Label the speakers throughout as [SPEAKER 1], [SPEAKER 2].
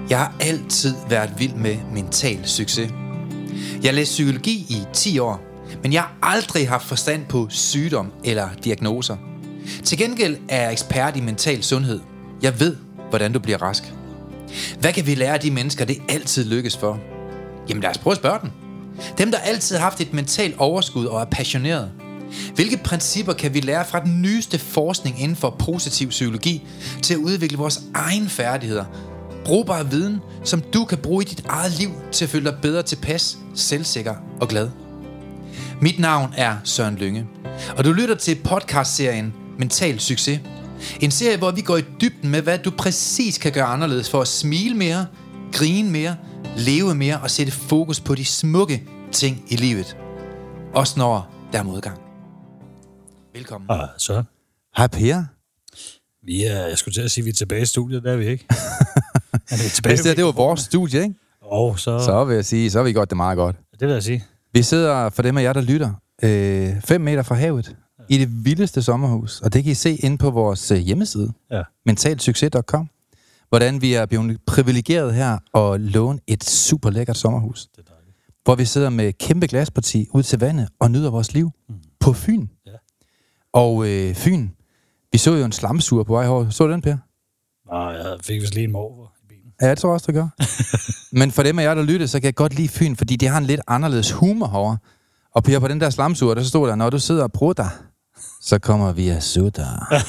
[SPEAKER 1] Jeg har altid været vild med mental succes. Jeg læste psykologi i 10 år, men jeg har aldrig haft forstand på sygdom eller diagnoser. Til gengæld er jeg ekspert i mental sundhed. Jeg ved, hvordan du bliver rask. Hvad kan vi lære af de mennesker, det altid lykkes for? Jamen lad os prøve at spørge dem. Dem, der altid har haft et mentalt overskud og er passioneret. Hvilke principper kan vi lære fra den nyeste forskning inden for positiv psykologi til at udvikle vores egne færdigheder? Brugbar viden, som du kan bruge i dit eget liv til at føle dig bedre tilpas, selvsikker og glad. Mit navn er Søren Lynge, og du lytter til podcastserien Mental Succes. En serie, hvor vi går i dybden med, hvad du præcis kan gøre anderledes for at smile mere, grine mere, leve mere og sætte fokus på de smukke ting i livet. Også når der er modgang. Velkommen.
[SPEAKER 2] Hej Søren.
[SPEAKER 1] Hej Per.
[SPEAKER 2] Jeg skulle til at sige, at vi er tilbage i studiet, der er vi ikke.
[SPEAKER 1] Hvis det var vores studie, ikke?
[SPEAKER 2] Så
[SPEAKER 1] vil jeg sige, så har vi gjort det meget godt.
[SPEAKER 2] Det vil jeg sige.
[SPEAKER 1] Vi sidder, for dem af jer, der lytter, 5 meter fra havet, i det vildeste sommerhus. Og det kan I se inde på vores hjemmeside, mentalsucces.com, hvordan vi er blevet privilegeret her og låne et super lækkert sommerhus.
[SPEAKER 2] Det er dejligt.
[SPEAKER 1] Hvor vi sidder med kæmpe glasparti ud til vandet og nyder vores liv på Fyn.
[SPEAKER 2] Ja.
[SPEAKER 1] Og Fyn, vi så jo en slamsuger på vej herovre. Så du den, Per?
[SPEAKER 2] Nej, jeg fik vist lige en morgen i bilen.
[SPEAKER 1] Ja, jeg tror også, du gør. Men for dem af jer, der lytter, så kan jeg godt lide Fyn, fordi de har en lidt anderledes humor herovre. Og Per, på den der slamsuger, der stod der, når du sidder og prutter, så kommer vi at sutte.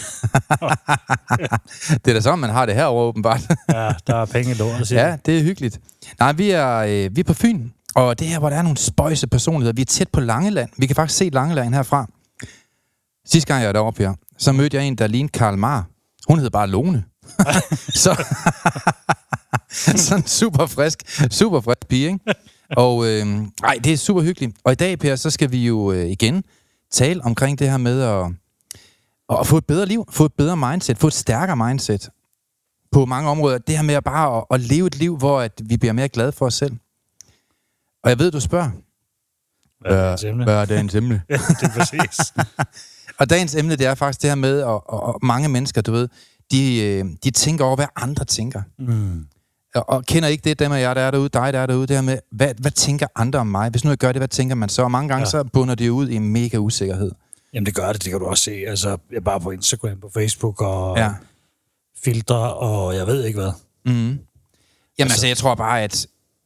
[SPEAKER 1] Det er da sådan, man har det herovre, åbenbart.
[SPEAKER 2] Ja, der er penge i lort.
[SPEAKER 1] Ja, det er hyggeligt. Nej, vi er på Fyn, og det her, hvor der er nogle spøjse personligheder. Vi er tæt på Langeland. Vi kan faktisk se Langeland herfra. Sidste gang jeg var deroppe her, så mødte jeg en, der lignede Karl Marr. Hun hed bare Lone. Sådan super frisk pige, ikke? Og det er super hyggeligt. Og i dag, Per, så skal vi jo igen tale omkring det her med at få et bedre liv, få et bedre mindset, få et stærkere mindset på mange områder. Det her med at leve et liv, hvor at vi bliver mere glade for os selv. Og jeg ved, du spørger. Hvad er dagens emne?
[SPEAKER 2] Ja, det er præcis.
[SPEAKER 1] Og dagens emne, det er faktisk det her med, og mange mennesker, du ved, de tænker over, hvad andre tænker.
[SPEAKER 2] Mm.
[SPEAKER 1] Og kender ikke det, dem af jer, der er derude, dig, der er derude, det her med, hvad tænker andre om mig? Hvis nu jeg gør det, hvad tænker man så? Og mange gange så bunder det ud i en mega usikkerhed.
[SPEAKER 2] Jamen det gør det kan du også se. Altså, jeg er bare på Instagram, på Facebook og filtre, og jeg ved ikke hvad.
[SPEAKER 1] Mm. Jamen altså, jeg tror bare, at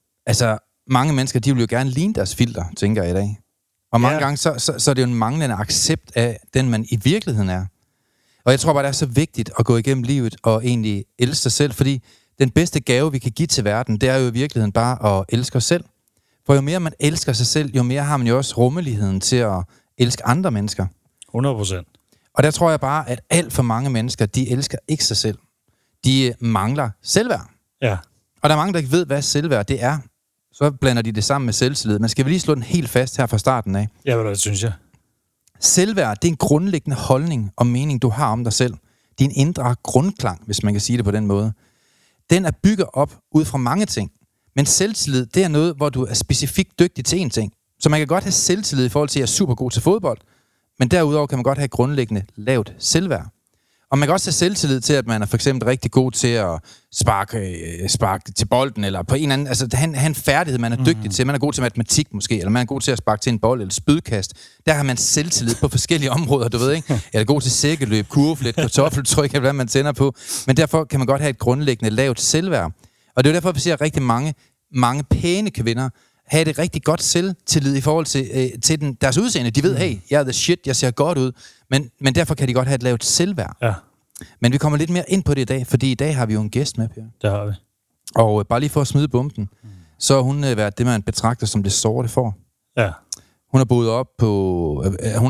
[SPEAKER 1] mange mennesker, de vil jo gerne ligne deres filter, tænker jeg i dag. Og mange gange, så er det jo en manglende accept af den, man i virkeligheden er. Og jeg tror bare, det er så vigtigt at gå igennem livet og egentlig elske sig selv, fordi den bedste gave, vi kan give til verden, det er jo i virkeligheden bare at elske os selv. For jo mere man elsker sig selv, jo mere har man jo også rummeligheden til at elske andre mennesker.
[SPEAKER 2] 100%.
[SPEAKER 1] Og der tror jeg bare, at alt for mange mennesker, de elsker ikke sig selv. De mangler selvværd.
[SPEAKER 2] Ja.
[SPEAKER 1] Og der er mange, der ikke ved, hvad selvværd det er. Så blander de det sammen med selvtillid. Men skal vi lige slå den helt fast her fra starten af?
[SPEAKER 2] Ja, det synes jeg.
[SPEAKER 1] Selvværd, det er en grundlæggende holdning og mening, du har om dig selv. Det er en indre grundklang, hvis man kan sige det på den måde. Den er bygget op ud fra mange ting. Men selvtillid, det er noget, hvor du er specifikt dygtig til en ting. Så man kan godt have selvtillid i forhold til, at jeg er super god til fodbold. Men derudover kan man godt have grundlæggende lavt selvværd. Og man kan også have selvtillid til, at man er for eksempel rigtig god til at sparke til bolden, eller på en anden, altså have en færdighed, man er dygtig til. Man er god til matematik måske, eller man er god til at sparke til en bold eller spydkast. Der har man selvtillid på forskellige områder, du ved ikke? Eller god til sækkeløb, kurveflet, kartoffeltryk, eller hvad man tænder på. Men derfor kan man godt have et grundlæggende lavt selvværd. Og det er jo derfor, vi ser rigtig mange pæne kvinder have det rigtig godt selvtillid i forhold til deres udseende. De ved, hey, jeg er the shit, jeg ser godt ud. Men derfor kan de godt have et lavt selvværd.
[SPEAKER 2] Ja.
[SPEAKER 1] Men vi kommer lidt mere ind på det i dag, fordi i dag har vi jo en gæst med, Per.
[SPEAKER 2] Det har vi.
[SPEAKER 1] Og bare lige for at smide bomben, så har hun været det, man betragter som det sorte får.
[SPEAKER 2] Ja.
[SPEAKER 1] Hun har boet op på...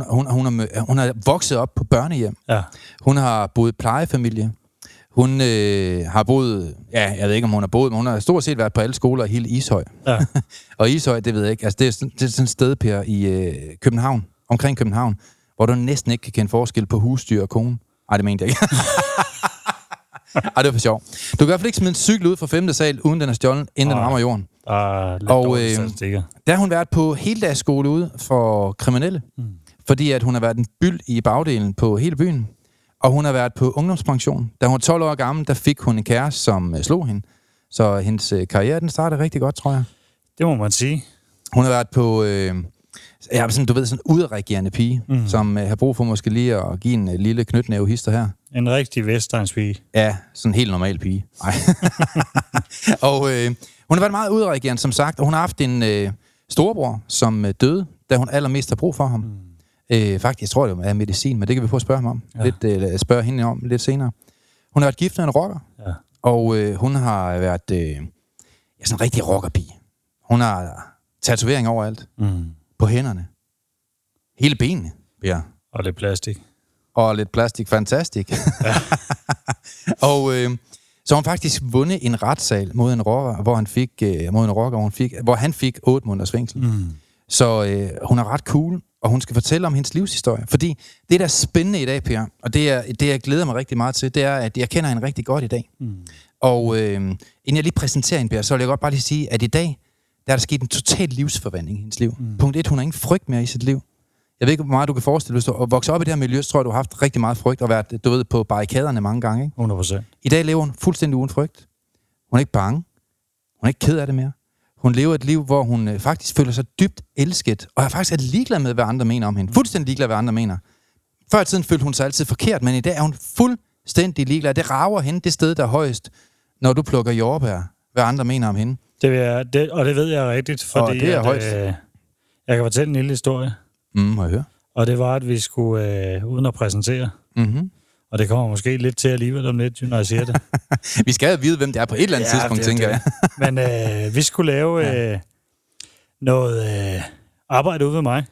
[SPEAKER 1] Hun har vokset op på børnehjem.
[SPEAKER 2] Ja.
[SPEAKER 1] Hun har boet i plejefamilie. Hun har boet... Ja, jeg ved ikke, om hun har boet, men hun har stort set været på alle skoler i hele Ishøj. Ja. Og Ishøj, det ved jeg ikke. Altså, det er sådan et sted, Per, i København, omkring København, hvor du næsten ikke kan kende forskel på husdyr og kone. Ej, det mente jeg ikke. Ej, det var for sjov. Du kan i hvert fald ikke smide en cykel ud fra 5. sal, uden den er stjålet, inden den rammer jorden. Og der har hun været på heldagsskole ude for kriminelle. Fordi at hun har været en byld i bagdelen på hele byen. Og hun har været på ungdomspension. Da hun var 12 år gammel, der fik hun en kæreste, som slog hende. Så hendes karriere, den startede rigtig godt, tror jeg.
[SPEAKER 2] Det må man sige.
[SPEAKER 1] Hun har været på, sådan, du ved, sådan en udreagerende pige, som har brug for måske lige at give en lille knytnævehister her.
[SPEAKER 2] En rigtig vestegns-pige.
[SPEAKER 1] Ja, sådan en helt normal pige. Og hun har været meget udreagerende, som sagt, og hun har haft en storebror, som døde, da hun allermest har brug for ham. Faktisk, jeg tror, det er medicin, men det kan vi prøve at spørge ham om. Ja. Spørge hende om lidt senere. Hun har været gift med en rocker, og hun har været sådan en rigtig rockerpige. Hun har tatovering overalt. På hænderne. Hele benene. Ja.
[SPEAKER 2] Og lidt plastik.
[SPEAKER 1] Og lidt plastik. Fantastisk. Ja. Og så har hun faktisk vundet en retssag mod en rocker, hvor han fik 8 måneders fængsel. Så hun er ret cool, og hun skal fortælle om hendes livshistorie. Fordi det, der er spændende i dag, Per, og det jeg glæder mig rigtig meget til, det er, at jeg kender hende rigtig godt i dag. Og inden jeg lige præsenterer hende, Per, så vil jeg godt bare lige sige, at i dag, der er der sket en total livsforvandling i hendes liv. Punkt 1, hun har ingen frygt mere i sit liv. Jeg ved ikke, hvor meget du kan forestille dig, hvis du vokser op i det her miljø, så tror jeg, du har haft rigtig meget frygt og været, du ved, på barrikaderne mange gange. Ikke?
[SPEAKER 2] 100%.
[SPEAKER 1] I dag lever hun fuldstændig uden frygt. Hun er ikke bange. Hun er ikke ked af det mere. Hun lever et liv, hvor hun faktisk føler sig dybt elsket, og er faktisk ligeglad med, hvad andre mener om hende. Fuldstændig ligeglad, hvad andre mener. Før i tiden følte hun sig altid forkert, men i dag er hun fuldstændig ligeglad. Det rager hende det sted, der er højest, når du plukker jordbær, hvad andre mener om hende.
[SPEAKER 2] Og det ved jeg rigtigt, fordi
[SPEAKER 1] det er
[SPEAKER 2] jeg kan fortælle en lille historie.
[SPEAKER 1] Må jeg høre?
[SPEAKER 2] Og det var, at vi skulle uden at præsentere. Og det kommer måske lidt til alligevel om lidt, når jeg siger det.
[SPEAKER 1] Vi skal jo vide, hvem det er på et eller andet tidspunkt, tænker jeg.
[SPEAKER 2] Men vi skulle lave noget arbejde ude ved mig.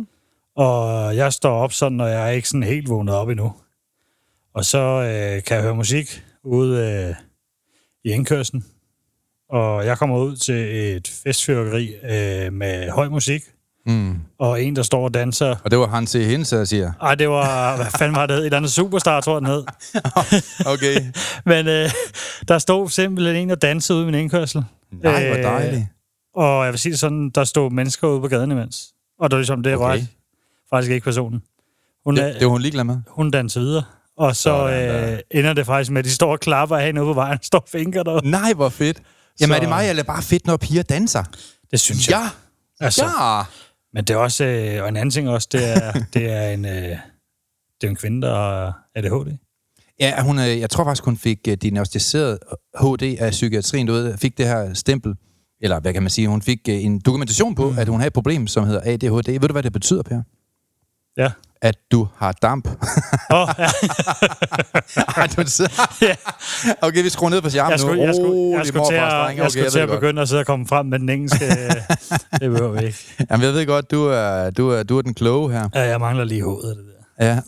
[SPEAKER 2] Og jeg står op sådan, og jeg er ikke sådan helt vågnet op endnu. Og så kan jeg høre musik ude i indkørslen. Og jeg kommer ud til et festfyrkeri med høj musik. Og en, der står og danser.
[SPEAKER 1] Og det var Hans C. Hense, jeg siger.
[SPEAKER 2] Ej, det var, hvad fanden var det? Et eller andet Superstar, tror jeg, den hed.
[SPEAKER 1] Okay.
[SPEAKER 2] Men der stod simpelthen en, der dansede ude i min indkørsel.
[SPEAKER 1] Nej, hvor dejligt.
[SPEAKER 2] Og jeg vil sige det sådan, der stod mennesker ude på gaden imens. Og det var ligesom, det var faktisk ikke personen.
[SPEAKER 1] Det var hun ligeglad med?
[SPEAKER 2] Hun dansede videre. Og så ender det faktisk med, at de står og klapper hen ude på vejen, står og finker der.
[SPEAKER 1] Nej, hvor fedt. Jamen er det mig, eller bare fedt, når piger danser?
[SPEAKER 2] Det synes jeg. Altså,
[SPEAKER 1] ja.
[SPEAKER 2] Men det er også, og en anden ting også, det er en kvinde, der har ADHD.
[SPEAKER 1] Ja, jeg tror faktisk, hun fik diagnosticeret HD af psykiatrien, du ved, fik det her stempel, eller hvad kan man sige, hun fik en dokumentation på, at hun havde et problem, som hedder ADHD. Ved du, hvad det betyder, Per?
[SPEAKER 2] Ja.
[SPEAKER 1] At du har damp.
[SPEAKER 2] Ja.
[SPEAKER 1] Okay, vi skruer ned på skærmen nu.
[SPEAKER 2] Jeg skulle til at begynde at sidde og komme frem med den engelske. Det behøver vi ikke.
[SPEAKER 1] Jamen, jeg ved godt, du er den kloge her.
[SPEAKER 2] Ja, jeg mangler lige hovedet af det der.
[SPEAKER 1] Ja.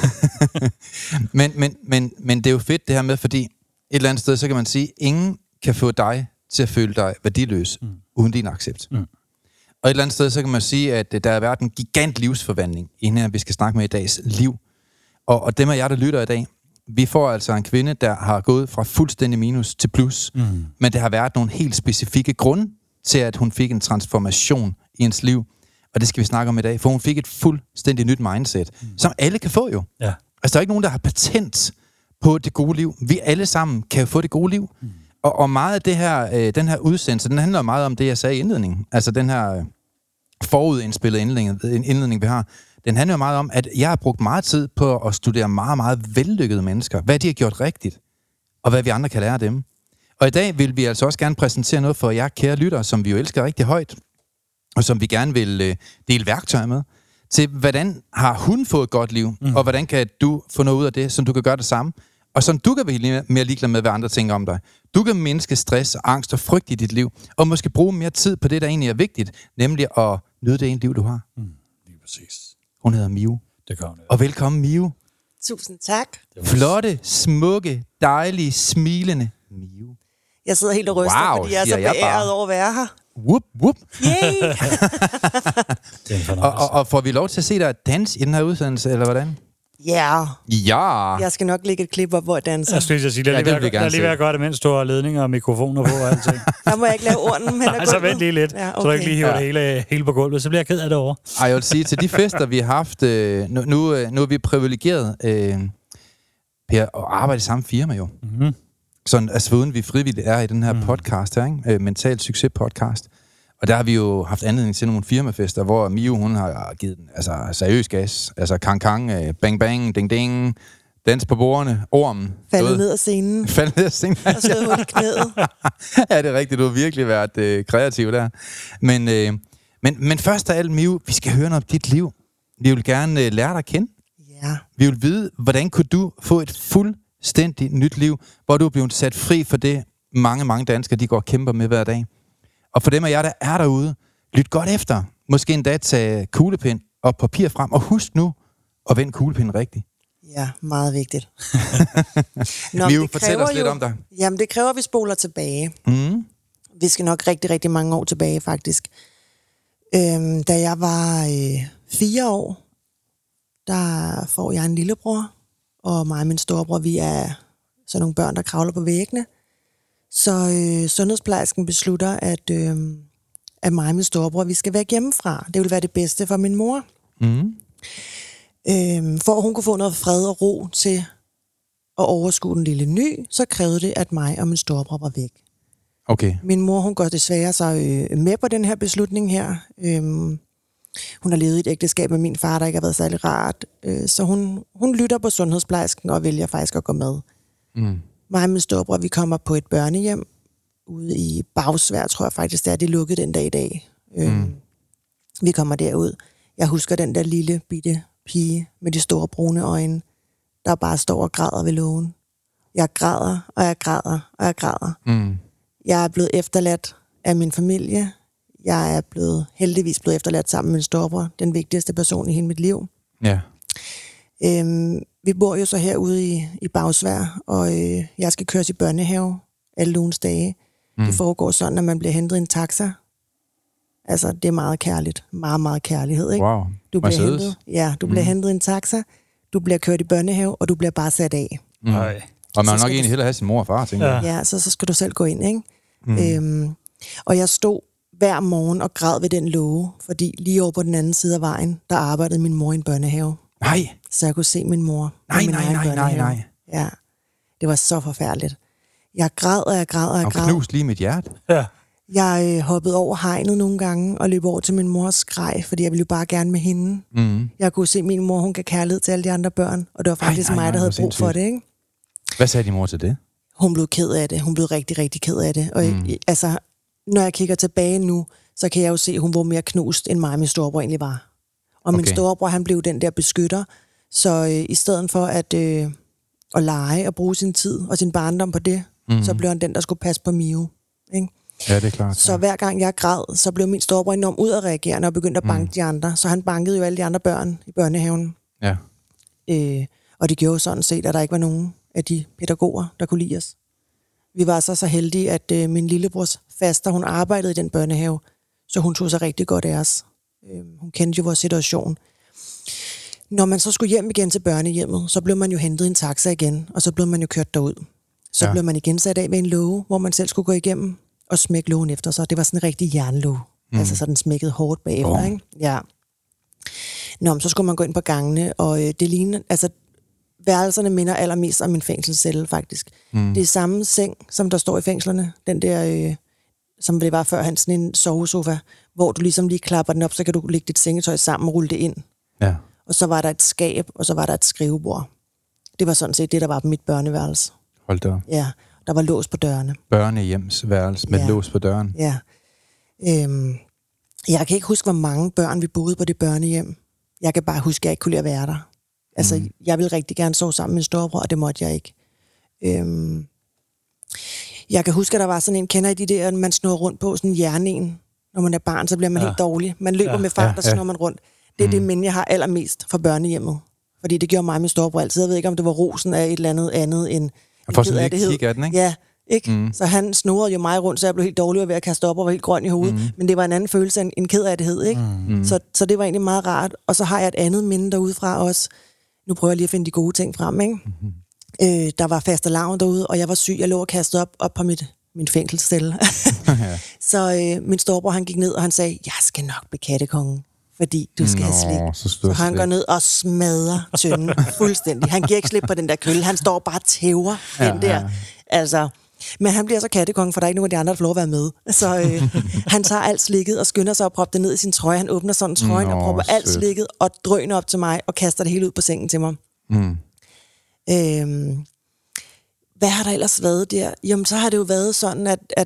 [SPEAKER 1] men det er jo fedt det her med, fordi et eller andet sted, så kan man sige, ingen kan få dig til at føle dig værdiløs, uden din accept. Og et eller andet sted, så kan man sige, at der har været en gigant livsforvandling, inden vi skal snakke med i dags liv. Og dem af jer, der lytter i dag, vi får altså en kvinde, der har gået fra fuldstændig minus til plus. Men der har været nogle helt specifikke grunde til, at hun fik en transformation i hendes liv. Og det skal vi snakke om i dag, for hun fik et fuldstændig nyt mindset, som alle kan få jo.
[SPEAKER 2] Ja.
[SPEAKER 1] Altså, der er ikke nogen, der har patent på det gode liv. Vi alle sammen kan få det gode liv. Og meget af det her, den her udsendelse, den handler meget om det, jeg sagde i indledningen. Altså den her forudindspillede indledning, vi har. Den handler jo meget om, at jeg har brugt meget tid på at studere meget, meget vellykkede mennesker. Hvad de har gjort rigtigt, og hvad vi andre kan lære af dem. Og i dag vil vi altså også gerne præsentere noget for jer kære lyttere, som vi jo elsker rigtig højt, og som vi gerne vil dele værktøjer med, til hvordan har hun fået et godt liv, og hvordan kan du få noget ud af det, som du kan gøre det samme, og som du kan blive mere ligeglad med, hvad andre tænker om dig. Du kan mindske stress, angst og frygt i dit liv, og måske bruge mere tid på det, der egentlig er vigtigt, nemlig at nyde det ene liv, du har.
[SPEAKER 2] Lige præcis.
[SPEAKER 1] Hun hedder Miu.
[SPEAKER 2] Det gør hun.
[SPEAKER 1] Og velkommen, Miu.
[SPEAKER 3] Tusind tak.
[SPEAKER 1] Flotte, smukke, dejlige, smilende Miu.
[SPEAKER 3] Jeg sidder helt og ryster, fordi jeg er så beæret over at være her.
[SPEAKER 1] Whoop, whoop.
[SPEAKER 3] Yay!
[SPEAKER 1] og får vi lov til at se dig danse i den her udsendelse, eller hvordan?
[SPEAKER 3] Ja.
[SPEAKER 1] Ja.
[SPEAKER 3] Jeg skal nok lægge et klip op, hvor jeg danser.
[SPEAKER 2] Jeg skulle sige, det er lige ved at gøre det, mens du har ledninger og mikrofoner på og alting.
[SPEAKER 3] Der må jeg ikke lave orden.
[SPEAKER 2] Nej, så vent lige lidt, så du ikke lige hiver det hele på gulvet, så bliver jeg ked af det over.
[SPEAKER 1] Ej, jeg vil sige, til de fester, vi har haft, nu er vi privilegeret, Per, at arbejde i samme firma jo. sådan, altså uden vi frivilligt er i den her podcast her, ikke? Mental Succes podcast. Og der har vi jo haft anledning til nogle firmafester, hvor Mio, hun har givet den altså seriøs gas. Altså kang, bang bang, ding ding, dans på bordene, ormen.
[SPEAKER 3] Faldet ned af scenen.
[SPEAKER 1] Faldet ned af scenen.
[SPEAKER 3] Og slået hul i knæet.
[SPEAKER 1] Ja, det er rigtigt. Du har virkelig været kreativ der. Men først af alt, Mio, vi skal høre noget om dit liv. Vi vil gerne lære dig at kende.
[SPEAKER 3] Ja.
[SPEAKER 1] Vi vil vide, hvordan kunne du få et fuldstændigt nyt liv, hvor du er blevet sat fri for det, mange danskere, de går og kæmper med hver dag. Og for dem af jer, der er derude, lyt godt efter. Måske endda tage kuglepen og papir frem. Og husk nu at vende kuglepinden rigtigt.
[SPEAKER 3] Ja, meget vigtigt.
[SPEAKER 1] Mio, fortæl os lidt om dig.
[SPEAKER 3] Jamen, det kræver, at vi spoler tilbage. Vi skal nok rigtig mange år tilbage, faktisk. Da jeg var 4 år, der får jeg en lillebror, og mig og min storebror, vi er sådan nogle børn, der kravler på væggene. Så sundhedsplejersken beslutter, at mig og min storebror, vi skal væk hjemmefra. Det vil være det bedste for min mor. For at hun kunne få noget fred og ro til at overskue den lille ny, så krævede det, at mig og min storebror var væk.
[SPEAKER 1] Okay.
[SPEAKER 3] Min mor, hun går desværre så med på den her beslutning her. Hun har levet i et ægteskab med min far, der ikke har været særlig rart. Så hun lytter på sundhedsplejersken og vælger faktisk at gå med. Mig og min storebror, vi kommer på et børnehjem ude i Bagsværd, tror jeg faktisk, det er lukket den dag i dag. Vi kommer derud. Jeg husker den der lille bitte pige med de store brune øjne, der bare står og græder ved lågen. Jeg græder, og jeg græder, og jeg græder. Jeg er blevet efterladt af min familie. Jeg er heldigvis blevet efterladt sammen med min storebror, den vigtigste person i hele mit liv.
[SPEAKER 1] Ja.
[SPEAKER 3] Vi bor jo så herude i Bagsværd, og jeg skal køres i børnehave alle ugens dage. Det foregår sådan, at man bliver hentet i en taxa. Altså, det er meget kærligt. Meget kærlighed, ikke?
[SPEAKER 1] Wow.
[SPEAKER 3] Du bliver hentet i en taxa, du bliver kørt i børnehave, og du bliver bare sat af.
[SPEAKER 1] Og man vil nok egentlig hellere have sin mor og far, tænker jeg.
[SPEAKER 3] Ja, så skal du selv gå ind, ikke? Og jeg stod hver morgen og græd ved den låge, fordi lige over på den anden side af vejen, der arbejdede min mor i en børnehave.
[SPEAKER 1] Nej.
[SPEAKER 3] Så jeg kunne se min mor.
[SPEAKER 1] Nej.
[SPEAKER 3] Ja, det var så forfærdeligt. Jeg græd, og jeg græd.
[SPEAKER 1] Og knust lige mit hjerte.
[SPEAKER 2] Ja.
[SPEAKER 3] Jeg hoppede over hegnet nogle gange og løb over til min mors skreg, fordi jeg ville jo bare gerne med hende. Jeg kunne se, at min mor, hun gav kærlighed til alle de andre børn, og det var faktisk mig, der havde brug for det, ikke?
[SPEAKER 1] Hvad sagde din mor til det?
[SPEAKER 3] Hun blev ked af det. Hun blev rigtig ked af det. Og altså, når jeg kigger tilbage nu, så kan jeg jo se, at hun var mere knust, end mig og min storebror egentlig var. Og min storebror, han blev den der beskytter. Så i stedet for at lege og bruge sin tid og sin barndom på det, så blev han den, der skulle passe på Mio. Ikke?
[SPEAKER 1] Ja, det er klart.
[SPEAKER 3] Så hver gang jeg græd, så blev min storebror enormt udadreagerende og begyndte at banke de andre. Så han bankede jo alle de andre børn i børnehaven.
[SPEAKER 1] Ja.
[SPEAKER 3] Og det gjorde sådan set, at der ikke var nogen af de pædagoger, der kunne lide os. Vi var så heldige, at min lillebrors faster, hun arbejdede i den børnehave, så hun tog sig rigtig godt af os. Hun kendte jo vores situation. Når man så skulle hjem igen til børnehjemmet, så blev man jo hentet i en taxa igen, og så blev man jo kørt derud. Så blev man igen sat af ved en låge, hvor man selv skulle gå igennem og smække lågen efter sig. Det var sådan en rigtig jernlåge. Altså så den smækkede hårdt bagefter, ikke? Ja. Nå, så skulle man gå ind på gangene, og det lignede, altså værelserne minder allermest om en fængselscelle, faktisk. Det er samme seng, som der står i fængslerne. Den der, som det var før, sådan en sovesofa, hvor du ligesom lige klapper den op, så kan du lægge dit sengetøj sammen og rulle det ind. Ja. Og så var der et skab, og så var der et skrivebord. Det var sådan set det, der var på mit børneværelse.
[SPEAKER 1] Hold da.
[SPEAKER 3] Ja, der var lås på dørene.
[SPEAKER 1] Børnehjemsværelse med lås på døren.
[SPEAKER 3] Ja. Jeg kan ikke huske, hvor mange børn vi boede på det børnehjem. Jeg kan bare huske, at jeg ikke kunne lide at være der. Altså, jeg ville rigtig gerne sove sammen med min storebror, og det måtte jeg ikke. Jeg kan huske, at der var sådan en, kender I de der, man snurrer rundt på, sådan en jernen. Når man er barn, så bliver man helt dårlig. Man løber med fart, og så snurrer man rundt. Det er det minde, jeg har allermest fra børnehjemmet. Fordi det gjorde mig og min storebror altid. Jeg ved ikke, om det var rosen af et eller andet end
[SPEAKER 1] og for sådan lidt kig af den, ikke?
[SPEAKER 3] Ja, ikke? Så han snurrede jo mig rundt, så jeg blev helt dårlig ved at kaste op og var helt grøn i hovedet. Men det var en anden følelse end en kedattighed, ikke? Så det var egentlig meget rart. Og så har jeg et andet minde derudefra også. Nu prøver jeg lige at finde de gode ting frem, ikke? Der var fastelavn derude, og jeg var syg. Jeg lå og kastede op på min fængselscelle. Så min storebror, han gik ned, og han sagde, jeg skal nok blive kattekongen, fordi du skal have slik. Så han går ned og smadrer tønden fuldstændig. Han giver ikke slip på den der kølle. Han står bare og tæver den der. Altså, men han bliver så kattekonge, for der er ikke nogen af de andre, der får lov at være med. Så han tager alt slikket og skynder sig at proppe det ned i sin trøje. Han åbner sådan trøjen og propper alt slikket og drøner op til mig og kaster det hele ud på sengen til mig. Hvad har der ellers været der? Jamen, så har det jo været sådan,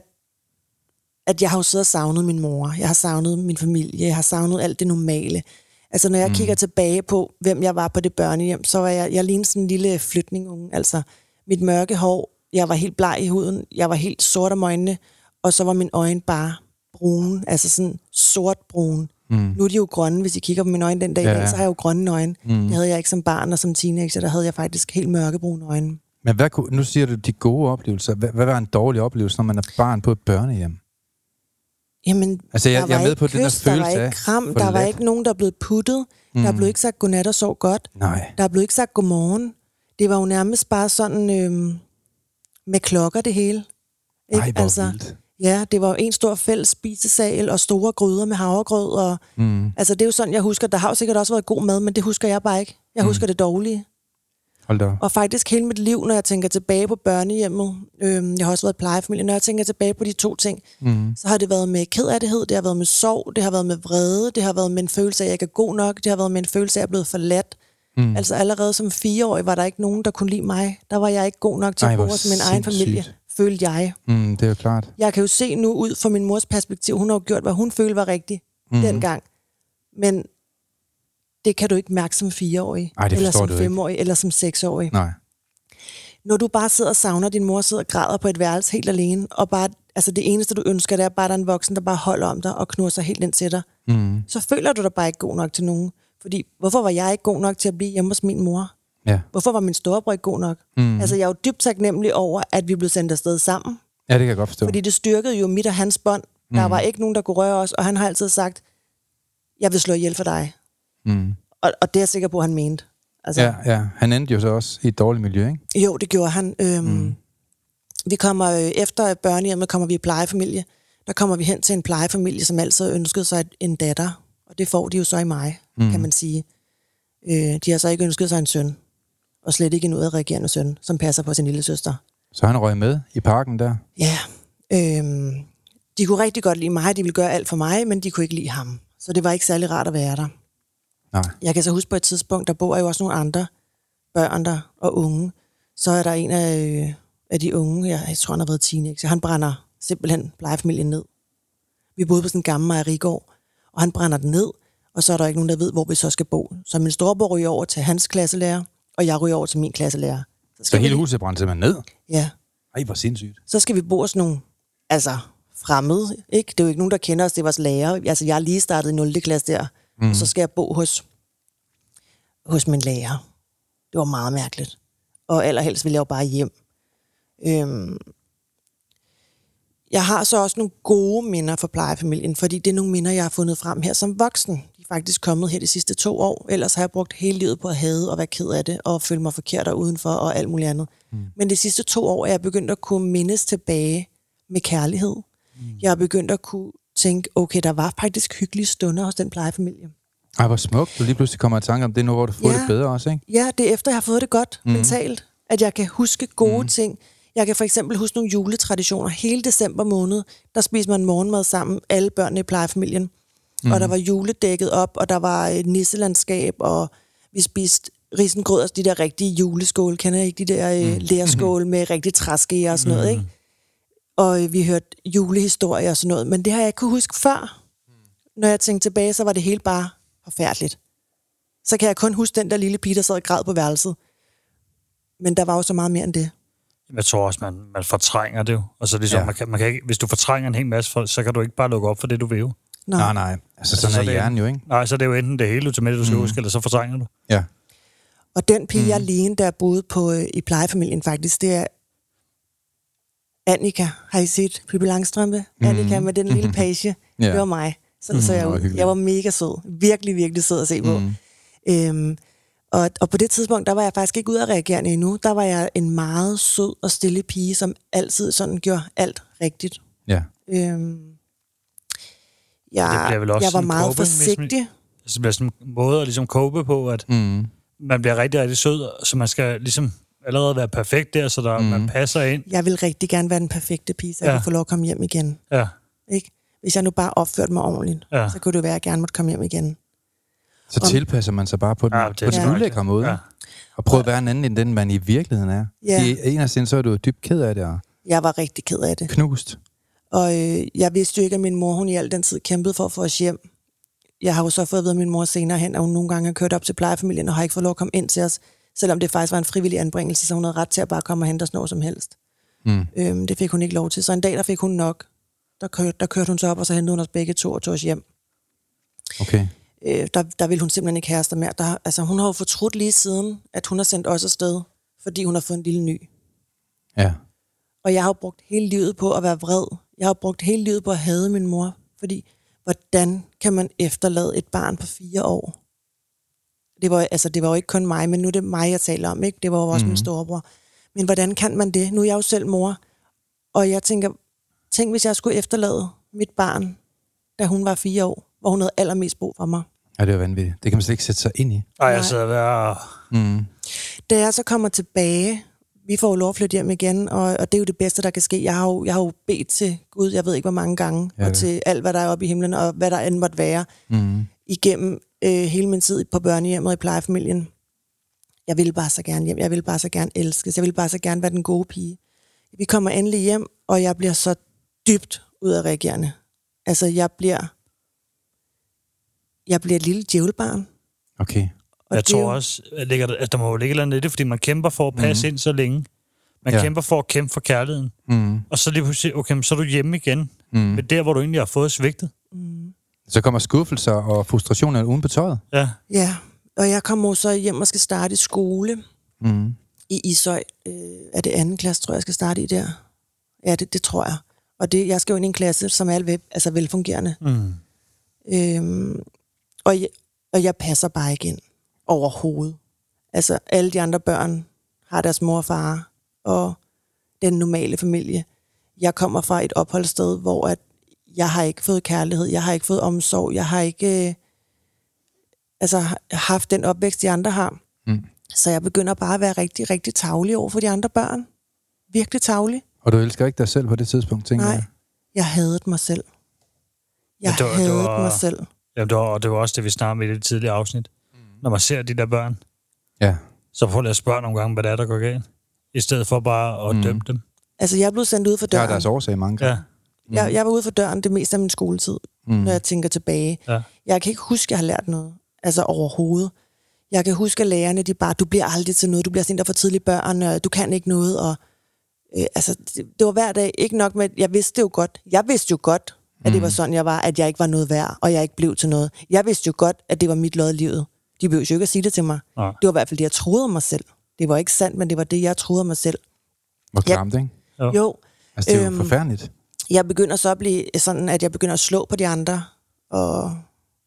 [SPEAKER 3] at jeg har jo siddet og savnet min mor. Jeg har savnet min familie. Jeg har savnet alt det normale. Altså, når jeg kigger tilbage på, hvem jeg var på det børnehjem, så var jeg lignede sådan en lille flytningunge. Altså, mit mørke hår, jeg var helt bleg i huden, jeg var helt sort om øjnene, og så var min øjne bare brune, altså sådan sortbrune. Nu er de jo grønne, hvis I kigger på mine øjne den dag, så har jeg jo grønne øjne. Det havde jeg ikke som barn og som teenager, der havde jeg faktisk helt mørkebrune øjne.
[SPEAKER 1] Men nu siger du de gode oplevelser. Hvad var en dårlig oplevelse, når man er barn på et børnehjem?
[SPEAKER 3] Jamen,
[SPEAKER 1] altså, jeg er med på den her følelse af...
[SPEAKER 3] Der var ikke kram, der var ikke nogen, der blev puttet. Der blev ikke sagt godnat og sov godt.
[SPEAKER 1] Nej.
[SPEAKER 3] Der blev ikke sagt godmorgen. Det var jo nærmest bare sådan med klokker det hele. Ikke?
[SPEAKER 1] Ej, hvor vildt.
[SPEAKER 3] Ja, det var jo en stor fælles spisesal og store gryder med havregrød. Og, altså, det er jo sådan, jeg husker, der har jo sikkert også været god mad, men det husker jeg bare ikke. Jeg husker det dårlige.
[SPEAKER 1] Hold da.
[SPEAKER 3] Og faktisk hele mit liv, når jeg tænker tilbage på børnehjemmet, jeg har også været i plejefamilie, når jeg tænker tilbage på de to ting, så har det været med kederlighed, det har været med sorg, det har været med vrede, det har været med en følelse af, at jeg ikke er god nok, det har været med en følelse af, at jeg er blevet forladt. Altså allerede som 4-årig var der ikke nogen, der kunne lide mig. Der var jeg ikke god nok til at bo hos min egen familie, følte jeg.
[SPEAKER 1] Det er jo klart.
[SPEAKER 3] Jeg kan jo se nu ud fra min mors perspektiv, hun har jo gjort, hvad hun følte var rigtigt dengang. Men det kan du ikke mærke som 4-årig, eller som 5-årig, eller som 6-årig.
[SPEAKER 1] Nej.
[SPEAKER 3] Når du bare sidder og savner, din mor sidder og græder på et værelse helt alene, og bare, altså det eneste du ønsker, det er bare, at der er en voksen, der bare holder om dig og knurrer sig helt ind til dig, så føler du dig bare ikke god nok til nogen. Fordi, hvorfor var jeg ikke god nok til at blive hjemme hos min mor?
[SPEAKER 1] Ja.
[SPEAKER 3] Hvorfor var min storebror ikke god nok? Altså, jeg er jo dybt taknemmelig over, at vi blev sendt afsted sammen.
[SPEAKER 1] Ja, det kan jeg godt forstå.
[SPEAKER 3] Fordi det styrkede jo mit og hans bånd. Der var ikke nogen, der kunne røre os, og han har altid sagt, jeg vil slå ihjel for dig. Og det er jeg sikker på, at han mente. Altså,
[SPEAKER 1] ja. Han endte jo så også i et dårligt miljø, ikke?
[SPEAKER 3] Jo, det gjorde han. Vi kommer efter børnehjemmet, kommer vi i plejefamilie. Der kommer vi hen til en plejefamilie, som altid ønskede sig en datter. Og det får de jo så i mig, kan man sige. De har så ikke ønsket sig en søn. Og slet ikke en udadreagerende søn, som passer på sin lille søster.
[SPEAKER 1] Så han røg med i parken der?
[SPEAKER 3] Ja. De kunne rigtig godt lide mig. De ville gøre alt for mig, men de kunne ikke lide ham. Så det var ikke særlig rart at være der.
[SPEAKER 1] Nej.
[SPEAKER 3] Jeg kan så huske på et tidspunkt, der bor jo også nogle andre børn der og unge. Så er der en af de unge, jeg tror han har været teenager, han brænder simpelthen plejefamilien ned. Vi boede på sådan en gammel mejerigård, og han brænder den ned, og så er der ikke nogen, der ved, hvor vi så skal bo. Så min storebror ryger over til hans klasselærer, og jeg ryger over til min klasselærer.
[SPEAKER 1] Så hele huset brændte simpelthen ned?
[SPEAKER 3] Ja.
[SPEAKER 1] Ej, hvor sindssygt.
[SPEAKER 3] Så skal vi bo hos nogle, altså fremmede, ikke? Det er jo ikke nogen, der kender os, det er vores lærer. Altså jeg er lige startet i 0. klasse der, og så skal jeg bo hos min lærer. Det var meget mærkeligt. Og allerhelst ville jeg jo bare hjem. Jeg har så også nogle gode minder for plejefamilien, fordi det er nogle minder, jeg har fundet frem her som voksen. De er faktisk kommet her de sidste 2 år. Ellers har jeg brugt hele livet på at hade og være ked af det, og føle mig forkert og udenfor og alt muligt andet. Men de sidste 2 år er jeg begyndt at kunne mindes tilbage med kærlighed. Jeg har begyndt at kunne tænke, okay, der var faktisk hyggelige stunder hos den plejefamilie.
[SPEAKER 1] Ej, hvor smukt. Du lige pludselig kommer i tanke om det nu, hvor du får det bedre også, ikke?
[SPEAKER 3] Ja, det er efter, jeg har fået det godt mentalt, at jeg kan huske gode ting. Jeg kan for eksempel huske nogle juletraditioner. Hele december måned, der spiser man morgenmad sammen, alle børnene i plejefamilien. Og der var juledækket op, og der var et nisselandskab, og vi spiste risengrød, altså de der rigtige juleskål. Kender I ikke de der lærskål med rigtig træskeer og sådan noget, ikke? Og vi hørte julehistorier og sådan noget. Men det har jeg ikke kunne huske før. Når jeg tænkte tilbage, så var det helt bare forfærdeligt. Så kan jeg kun huske den der lille pige, der sad og græd på værelset. Men der var jo så meget mere end det.
[SPEAKER 2] Jeg tror også, man fortrænger det jo. Altså ligesom, man kan ikke, hvis du fortrænger en hel masse folk, så kan du ikke bare lukke op for det, du vil jo.
[SPEAKER 1] Nej. Altså sådan er hjernen jo, ikke?
[SPEAKER 2] Nej, så er det jo enten det hele, du tager med det, du skal huske, eller så fortrænger du.
[SPEAKER 1] Ja.
[SPEAKER 3] Og den pige, jeg lignede, der boede på i plejefamilien faktisk, det er Annika. Har I set Pippi Langstrømpe? Annika med den lille page. Det var mig. Sådan så jeg ud. Jeg var mega sød. Virkelig, virkelig sød at se på. Og på det tidspunkt, der var jeg faktisk ikke ude at reagere endnu. Der var jeg en meget sød og stille pige, som altid sådan gjorde alt rigtigt.
[SPEAKER 1] Ja.
[SPEAKER 3] Jeg var meget forsigtig.
[SPEAKER 2] Det bliver sådan en måde at ligesom cope på, at man bliver rigtig, rigtig sød, så man skal ligesom allerede være perfekt der, så der, man passer ind.
[SPEAKER 3] Jeg vil rigtig gerne være den perfekte pige, så jeg kan få lov at komme hjem igen.
[SPEAKER 2] Ja.
[SPEAKER 3] Ikke? Hvis jeg nu bare opførte mig ordentligt, så kunne det være, at jeg gerne måtte komme hjem igen.
[SPEAKER 1] Så tilpasser man sig bare på den ulækre måde. Ja. Og prøve at være en anden end den, man i virkeligheden er. Ja. I en af siden, så er du dybt ked af det. Og
[SPEAKER 3] jeg var rigtig ked af det.
[SPEAKER 1] Knust.
[SPEAKER 3] Og jeg vidste jo ikke, at min mor, hun i al den tid kæmpede for at få os hjem. Jeg har jo så fået at vide af min mor senere hen, at hun nogle gange har kørt op til plejefamilien og har ikke fået lov at komme ind til os, selvom det faktisk var en frivillig anbringelse, så hun havde ret til at bare komme og hente os noget som helst. Det fik hun ikke lov til. Så en dag, der fik hun nok. Der kørte hun så op, og så hentede hun os begge to og tog os hjem.
[SPEAKER 1] Okay.
[SPEAKER 3] Der ville hun simpelthen ikke have os der mere. Hun har jo fortrudt lige siden, at hun har sendt os afsted, fordi hun har fået en lille ny.
[SPEAKER 1] Ja. Og
[SPEAKER 3] jeg har jo brugt hele livet på at være vred. Jeg har brugt hele livet på at hade min mor, fordi hvordan kan man efterlade et barn på 4 år? Det var jo ikke kun mig, men nu er det mig, jeg taler om, ikke? Det var jo også min storebror. Men hvordan kan man det? Nu er jeg jo selv mor, og jeg tænk hvis jeg skulle efterlade mit barn, da hun var 4 år, hvor hun havde allermest brug for mig.
[SPEAKER 1] Ja, det var vanvittigt. Det kan man slet ikke sætte sig ind i.
[SPEAKER 2] Ej, jeg sidder ved
[SPEAKER 3] Da jeg så kommer tilbage, vi får lov at flytte hjem igen, og det er jo det bedste, der kan ske. Jeg har jo bedt til Gud, jeg ved ikke hvor mange gange, og til alt, hvad der er oppe i himlen, og hvad der end måtte være, igennem hele min tid på børnehjemmet i plejefamilien. Jeg ville bare så gerne hjem, jeg ville bare så gerne elskes, jeg ville bare så gerne være den gode pige. Vi kommer endelig hjem, og jeg bliver så dybt udadreagerende. Altså, jeg bliver et lille djævlebarn.
[SPEAKER 1] Okay.
[SPEAKER 2] Og jeg tror også, at der må jo ligge et eller andet i det, fordi man kæmper for at passe ind så længe. Man kæmper for at kæmpe for kærligheden. Og så lige pludselig, okay, så er du hjemme igen. Men der, hvor du egentlig har fået svigtet.
[SPEAKER 1] Så kommer skuffelser og frustrationer uden på tøjet.
[SPEAKER 3] Ja, og jeg kommer så hjem og skal starte i skole. I Ishøj. Er det 2. klasse, tror jeg skal starte i der? Ja, det tror jeg. Og jeg skal jo ind i en klasse, som er velfungerende. Og jeg passer bare ikke ind overhovedet. Altså, alle de andre børn har deres mor og far, og den normale familie. Jeg kommer fra et opholdssted, hvor at jeg har ikke fået kærlighed, jeg har ikke fået omsorg, jeg har ikke haft den opvækst, de andre har. Så jeg begynder bare at være rigtig, rigtig tarvelig over for de andre børn. Virkelig tarvelig. Og
[SPEAKER 1] du elsker ikke dig selv på det tidspunkt, tænker jeg?
[SPEAKER 3] Nej, jeg hadede mig selv. Jeg hadede mig selv.
[SPEAKER 2] Jamen, det var også det, vi snakkede om i det tidlige afsnit. Når man ser de der børn, så prøv at spørge nogle gange, hvad det er, der går galt. I stedet for bare at dømme dem.
[SPEAKER 3] Altså, jeg blev sendt ud for døren.
[SPEAKER 1] Der er deres årsag mange gange.
[SPEAKER 3] Jeg var ude for døren det meste af min skoletid, når jeg tænker tilbage. Jeg kan ikke huske, at jeg har lært noget. Altså overhovedet. Jeg kan huske, at lærerne, du bliver aldrig til noget. Du bliver sådan der for tidlige børn, og du kan ikke noget. Og, det var hver dag. Ikke nok med, jeg vidste jo godt, at det var sådan, jeg var, at jeg ikke var noget værd, og jeg ikke blev til noget. Jeg vidste jo godt, at det var mit lod i livet. De behøvede jo ikke at sige det til mig. Det var i hvert fald det, jeg troede om mig selv. Det var ikke sandt, men det var det, jeg troede om mig selv.
[SPEAKER 1] Hvor klamt, ikke?
[SPEAKER 3] Jo.
[SPEAKER 1] Altså, det er jo forfærdeligt.
[SPEAKER 3] Jeg begynder så at blive sådan, at jeg begynder at slå på de andre, og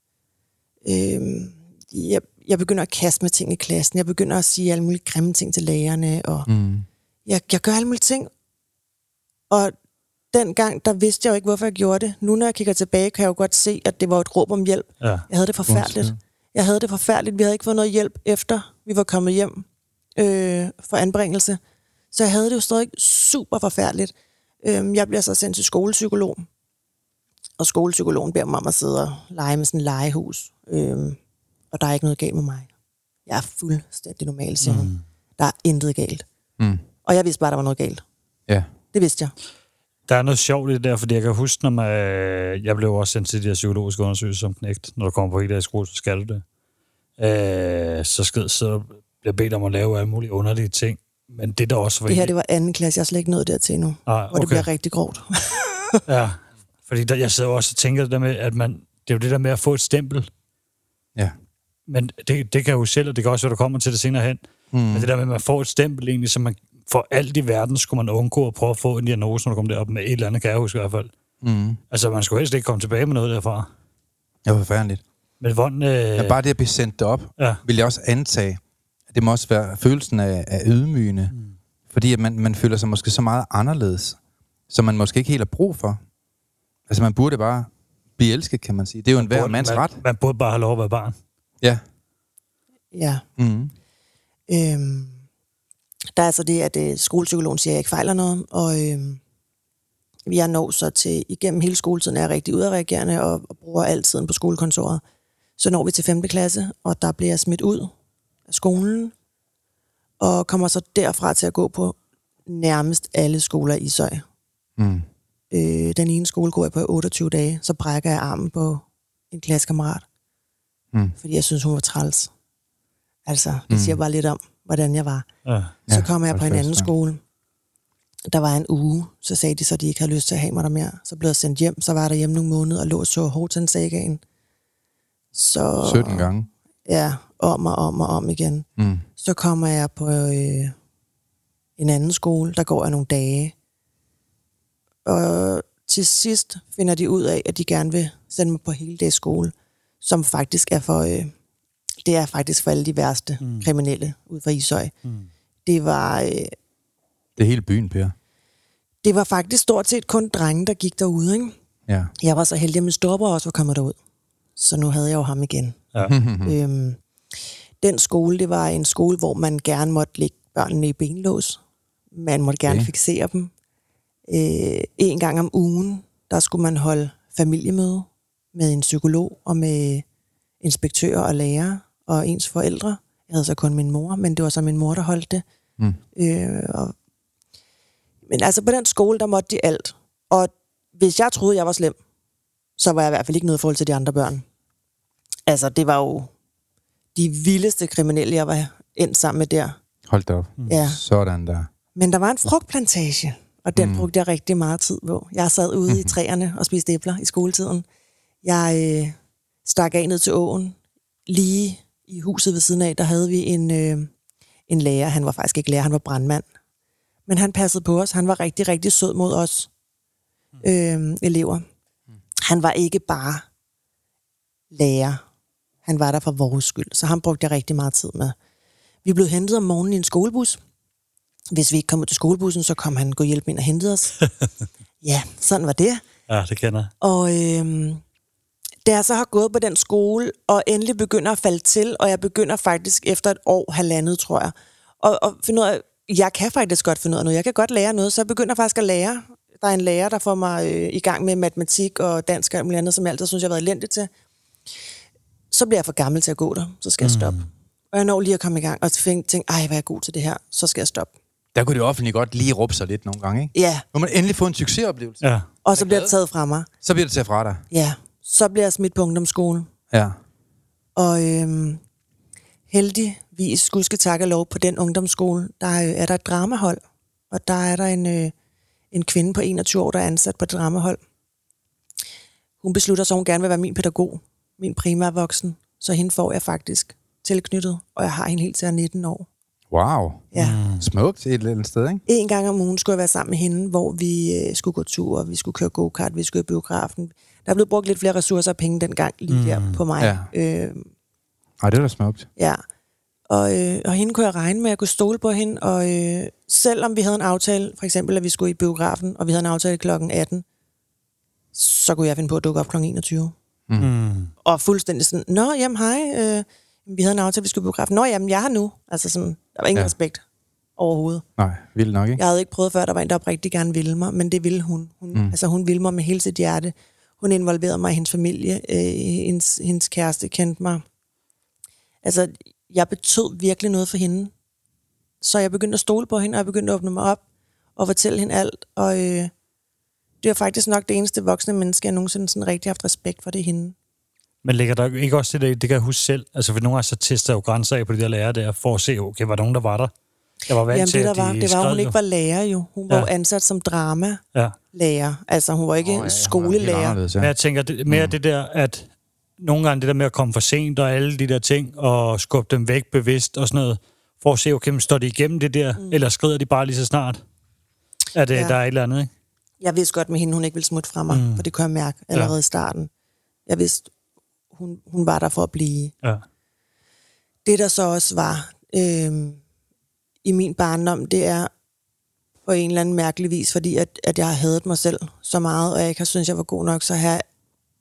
[SPEAKER 3] jeg begynder at kaste med ting i klassen. Jeg begynder at sige alle mulige grimme ting til lærerne, og jeg gør alle mulige ting. Og dengang, der vidste jeg jo ikke, hvorfor jeg gjorde det. Nu, når jeg kigger tilbage, kan jeg jo godt se, at det var et råb om hjælp. Jeg havde det forfærdeligt. Vi havde ikke fået noget hjælp, efter vi var kommet hjem for anbringelse. Så jeg havde det jo stadig super forfærdeligt. Jeg bliver så sendt til skolepsykolog. Og skolepsykologen beder mig om at sidde og lege med sådan et legehus. Og der er ikke noget galt med mig. Jeg er fuldstændig normal, siger hun. Der er intet galt. Og jeg vidste bare, der var noget galt.
[SPEAKER 1] Ja.
[SPEAKER 3] Det vidste jeg.
[SPEAKER 2] Der er noget sjovt i det der, fordi jeg kan huske, når jeg blev også sendt til de her psykologiske undersøgelser som knægt. Når du kommer på helt af skole, så skal du det. Så bliver bedt om at lave alle mulige underlige ting. Men det der også var...
[SPEAKER 3] Det her, det var 2. klasse. Jeg er slet ikke nået dertil endnu. Hvor det bliver rigtig grovt.
[SPEAKER 2] Ja, fordi jeg sidder også og tænker det der med, at det er jo det der med at få et stempel.
[SPEAKER 1] Ja.
[SPEAKER 2] Men det kan jo selv, og det kan også være, du kommer til det senere hen. Men det der med, at man får et stempel egentlig, så man for alt i verden skulle man undgå at prøve at få en diagnose, når du kommer derop med et eller andet, kan jeg huske i hvert fald. Altså, man skulle helst ikke komme tilbage med noget derfra.
[SPEAKER 1] Det var forfærdeligt.
[SPEAKER 2] Men hvordan...
[SPEAKER 1] bare det at blive sendt op, vil jeg også antage, at det må også være følelsen af ydmygende. Fordi at man føler sig måske så meget anderledes, som man måske ikke helt har brug for. Altså, man burde bare blive elsket, kan man sige. Det er jo hver mands ret.
[SPEAKER 2] Man burde bare have lov at være barn.
[SPEAKER 1] Ja.
[SPEAKER 3] Ja. der er så det, at skolepsykologen siger, at jeg ikke fejler noget, og jeg når så til, igennem hele skoletiden er jeg rigtig udadreagerende og bruger al tiden på skolekontoret. Så når vi til 5. klasse, og der bliver jeg smidt ud af skolen, og kommer så derfra til at gå på nærmest alle skoler i Ishøj. Den ene skole går jeg på 28 dage, så brækker jeg armen på en klassekammerat, fordi jeg synes, hun var træls. Altså, det siger bare lidt om, hvordan jeg var.
[SPEAKER 2] Ja.
[SPEAKER 3] Så kommer jeg på en anden skole. Der var en uge, så sagde de så, at de ikke havde lyst til at have mig der mere. Så blev jeg sendt hjem, så var jeg derhjemme nogle måneder og lå så Horten-sagaen. Så
[SPEAKER 1] 17 gange.
[SPEAKER 3] Ja, om igen. Så kommer jeg på en anden skole, der går jeg nogle dage. Og til sidst finder de ud af, at de gerne vil sende mig på heldagsskole, som faktisk er for, det er faktisk for alle de værste kriminelle ud fra Ishøj. Det var...
[SPEAKER 1] Det er hele byen, Per.
[SPEAKER 3] Det var faktisk stort set kun drenge, der gik derude, ikke?
[SPEAKER 1] Ja.
[SPEAKER 3] Jeg var så heldig, at min storebror også var kommet derud. Så nu havde jeg jo ham igen.
[SPEAKER 2] Ja.
[SPEAKER 3] Den skole, det var en skole, hvor man gerne måtte lægge børnene i benlås. Man måtte gerne fiksere dem. En gang om ugen, der skulle man holde familiemøde med en psykolog og med inspektører og lærere og ens forældre. Jeg havde så kun min mor, men det var så min mor, der holdt det. Men altså på den skole, der måtte de alt. Og hvis jeg troede, jeg var slem, så var jeg i hvert fald ikke noget i forhold til de andre børn. Altså, det var jo de vildeste kriminelle, jeg var endt sammen med der.
[SPEAKER 1] Hold da op.
[SPEAKER 3] Ja.
[SPEAKER 1] Sådan der.
[SPEAKER 3] Men der var en frugtplantage, og den brugte jeg rigtig meget tid på. Jeg sad ude i træerne og spiste æbler i skoletiden. Jeg stak af ned til åen. Lige i huset ved siden af, der havde vi en lærer. Han var faktisk ikke lærer, han var brandmand. Men han passede på os. Han var rigtig, rigtig sød mod os elever. Han var ikke bare lærer. Han var der for vores skyld. Så han brugte jeg rigtig meget tid med. Vi blev hentet om morgenen i en skolebus. Hvis vi ikke kom ud til skolebussen, så kom han gå hjælpe ind og hentede os. Ja, sådan var det.
[SPEAKER 2] Ja, det kender jeg.
[SPEAKER 3] Og da jeg så har gået på den skole, og endelig begynder at falde til, og jeg begynder faktisk efter 1 år, 1,5, tror jeg, og finde ud af, jeg kan faktisk godt finde ud af noget. Jeg kan godt lære noget, så jeg begynder faktisk at lære. Der er en lærer, der får mig i gang med matematik og dansk og andet, som jeg altid synes, jeg har været elendig til. Så bliver jeg for gammel til at gå der, så skal jeg stoppe. Og jeg når lige at komme i gang, og tænke, ej, hvad er jeg god til det her, så skal jeg stoppe.
[SPEAKER 1] Der kunne det offentligt godt lige råbe sig lidt nogle gange, ikke?
[SPEAKER 3] Ja.
[SPEAKER 1] Når man endelig får en succesoplevelse.
[SPEAKER 2] Ja.
[SPEAKER 3] Og så bliver det taget fra mig.
[SPEAKER 1] Så bliver det taget fra dig.
[SPEAKER 3] Ja, så bliver jeg smidt på ungdomsskole.
[SPEAKER 1] Ja.
[SPEAKER 3] Og heldigvis, gud skal takke lov, på den ungdomsskole, der er der et dramahold. Og der er der en kvinde på 21 år, der er ansat på et dramahold. Hun beslutter så, hun gerne vil være min pædagog, min primære voksen. Så hende får jeg faktisk tilknyttet, og jeg har hende helt til at 19 år.
[SPEAKER 1] Wow.
[SPEAKER 3] Ja.
[SPEAKER 1] Smukt et eller andet sted, ikke?
[SPEAKER 3] En gang om ugen skulle jeg være sammen med hende, hvor vi skulle gå tur, vi skulle køre go-kart, vi skulle i biografen. Der er blevet brugt lidt flere ressourcer og penge dengang lige der på mig.
[SPEAKER 1] Ja. Ej, det er da smukt.
[SPEAKER 3] Ja. Og hende kunne jeg regne med, at jeg kunne stole på hende, og selvom vi havde en aftale, for eksempel at vi skulle i biografen, og vi havde en aftale klokken 18, så kunne jeg finde på at dukke op klokken 21. Og fuldstændig sådan, nå, jamen hej, vi havde en aftale, vi skulle i biografen. Nå, jamen jeg er her nu. Altså sådan, der var ingen respekt overhovedet.
[SPEAKER 1] Nej, vildt nok, ikke?
[SPEAKER 3] Jeg havde ikke prøvet før, der var en, der rigtig gerne ville mig, men det ville hun. Altså hun ville mig med hele sit hjerte. Hun involverede mig i hendes familie, hendes kæreste kendte mig. Altså, jeg betød virkelig noget for hende. Så jeg begyndte at stole på hende, og jeg begyndte at åbne mig op og fortælle hende alt. Og det var faktisk nok det eneste voksne menneske, jeg nogensinde sådan rigtig haft respekt for, det hende.
[SPEAKER 2] Men ligger der ikke også det kan jeg huske selv, altså for nogle gange så tester jeg jo grænser af på de der lærere der, for at se, okay, var der nogen, der var der? Jeg var vant til,
[SPEAKER 3] det var, hun ikke var lærer jo. Hun var jo ansat som drama-lærer. Altså hun var ikke skolelærer.
[SPEAKER 2] Men jeg tænker mere det der, at nogle gange det der med at komme for sent og alle de der ting, og skubbe dem væk bevidst og sådan noget, for at se, okay, står de igennem det der, eller skrider de bare lige så snart? At der er et eller andet, ikke? Jeg
[SPEAKER 3] vidste godt med hende, hun ikke ville smutte fra mig, for det kunne jeg mærke allerede i starten. Jeg vidste, hun var der for at blive. Ja. Det der så også var i min barndom, det er på en eller anden mærkelig vis, fordi at jeg har hadet mig selv så meget, og jeg ikke har syntes, jeg var god nok, så har jeg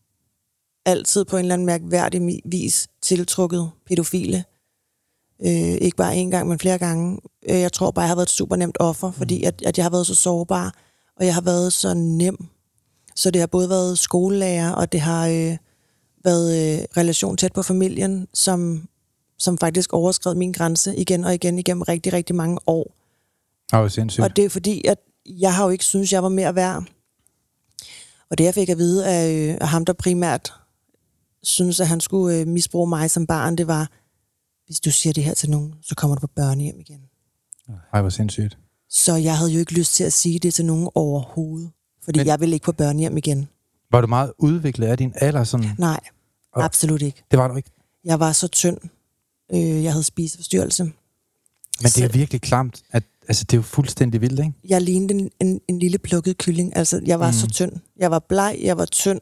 [SPEAKER 3] altid på en eller anden mærkværdig vis tiltrukket pædofile. Ikke bare én gang, men flere gange. Jeg tror bare, jeg har været et super nemt offer, fordi at jeg har været så sårbar, og jeg har været så nem. Så det har både været skolelærer, og det har været relation tæt på familien, som faktisk overskred min grænse igen og igen igennem rigtig, rigtig mange år.
[SPEAKER 1] Hvor sindssygt.
[SPEAKER 3] Og det er fordi, at jeg har jo ikke syntes, jeg var mere værd. Og det, jeg fik at vide af ham, der primært synes, at han skulle misbruge mig som barn, det var, hvis du siger det her til nogen, så kommer du på børnehjem igen.
[SPEAKER 1] Hvor sindssygt.
[SPEAKER 3] Så jeg havde jo ikke lyst til at sige det til nogen overhovedet, fordi jeg ville ikke på børnehjem igen.
[SPEAKER 1] Var du meget udviklet af din alder? Sådan?
[SPEAKER 3] Nej, absolut ikke.
[SPEAKER 1] Det var du ikke?
[SPEAKER 3] Jeg var så tynd. Jeg havde spiseforstyrrelse.
[SPEAKER 1] Men det er virkelig klamt. Det er jo fuldstændig vildt, ikke?
[SPEAKER 3] Jeg lignede en lille plukket kylling. Altså, jeg var så tynd. Jeg var bleg, jeg var tynd.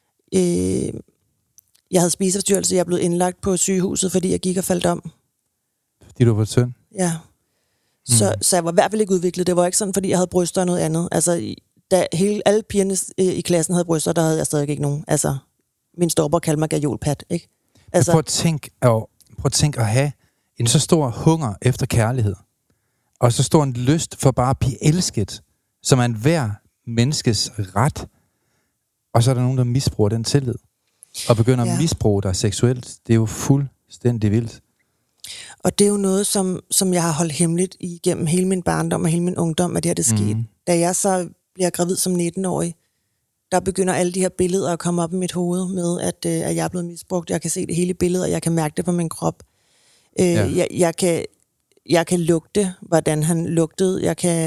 [SPEAKER 3] Jeg havde spiseforstyrrelse. Jeg blev indlagt på sygehuset, fordi jeg gik og faldt om.
[SPEAKER 1] Fordi du var tynd?
[SPEAKER 3] Ja. Så jeg var i hvert fald ikke udviklet. Det var ikke sådan, fordi jeg havde bryster og noget andet. Altså, da alle pigerne i klassen havde bryster, der havde jeg stadig ikke nogen. Altså, min storebror kaldte mig gajolpat, ikke? Altså,
[SPEAKER 1] prøv at tænke at have en så stor hunger efter kærlighed, og så stor en lyst for bare at blive elsket, som er enhver menneskes ret, og så er der nogen, der misbruger den tillid, og begynder at misbruge dig seksuelt. Det er jo fuldstændig vildt. Og
[SPEAKER 3] det er jo noget, som jeg har holdt hemmeligt igennem hele min barndom og hele min ungdom, at det her det skete. Da jeg så bliver gravid som 19-årig, der begynder alle de her billeder at komme op i mit hoved med, at jeg er blevet misbrugt. Jeg kan se det hele billede, og jeg kan mærke det på min krop. Jeg kan lugte, hvordan han lugtede.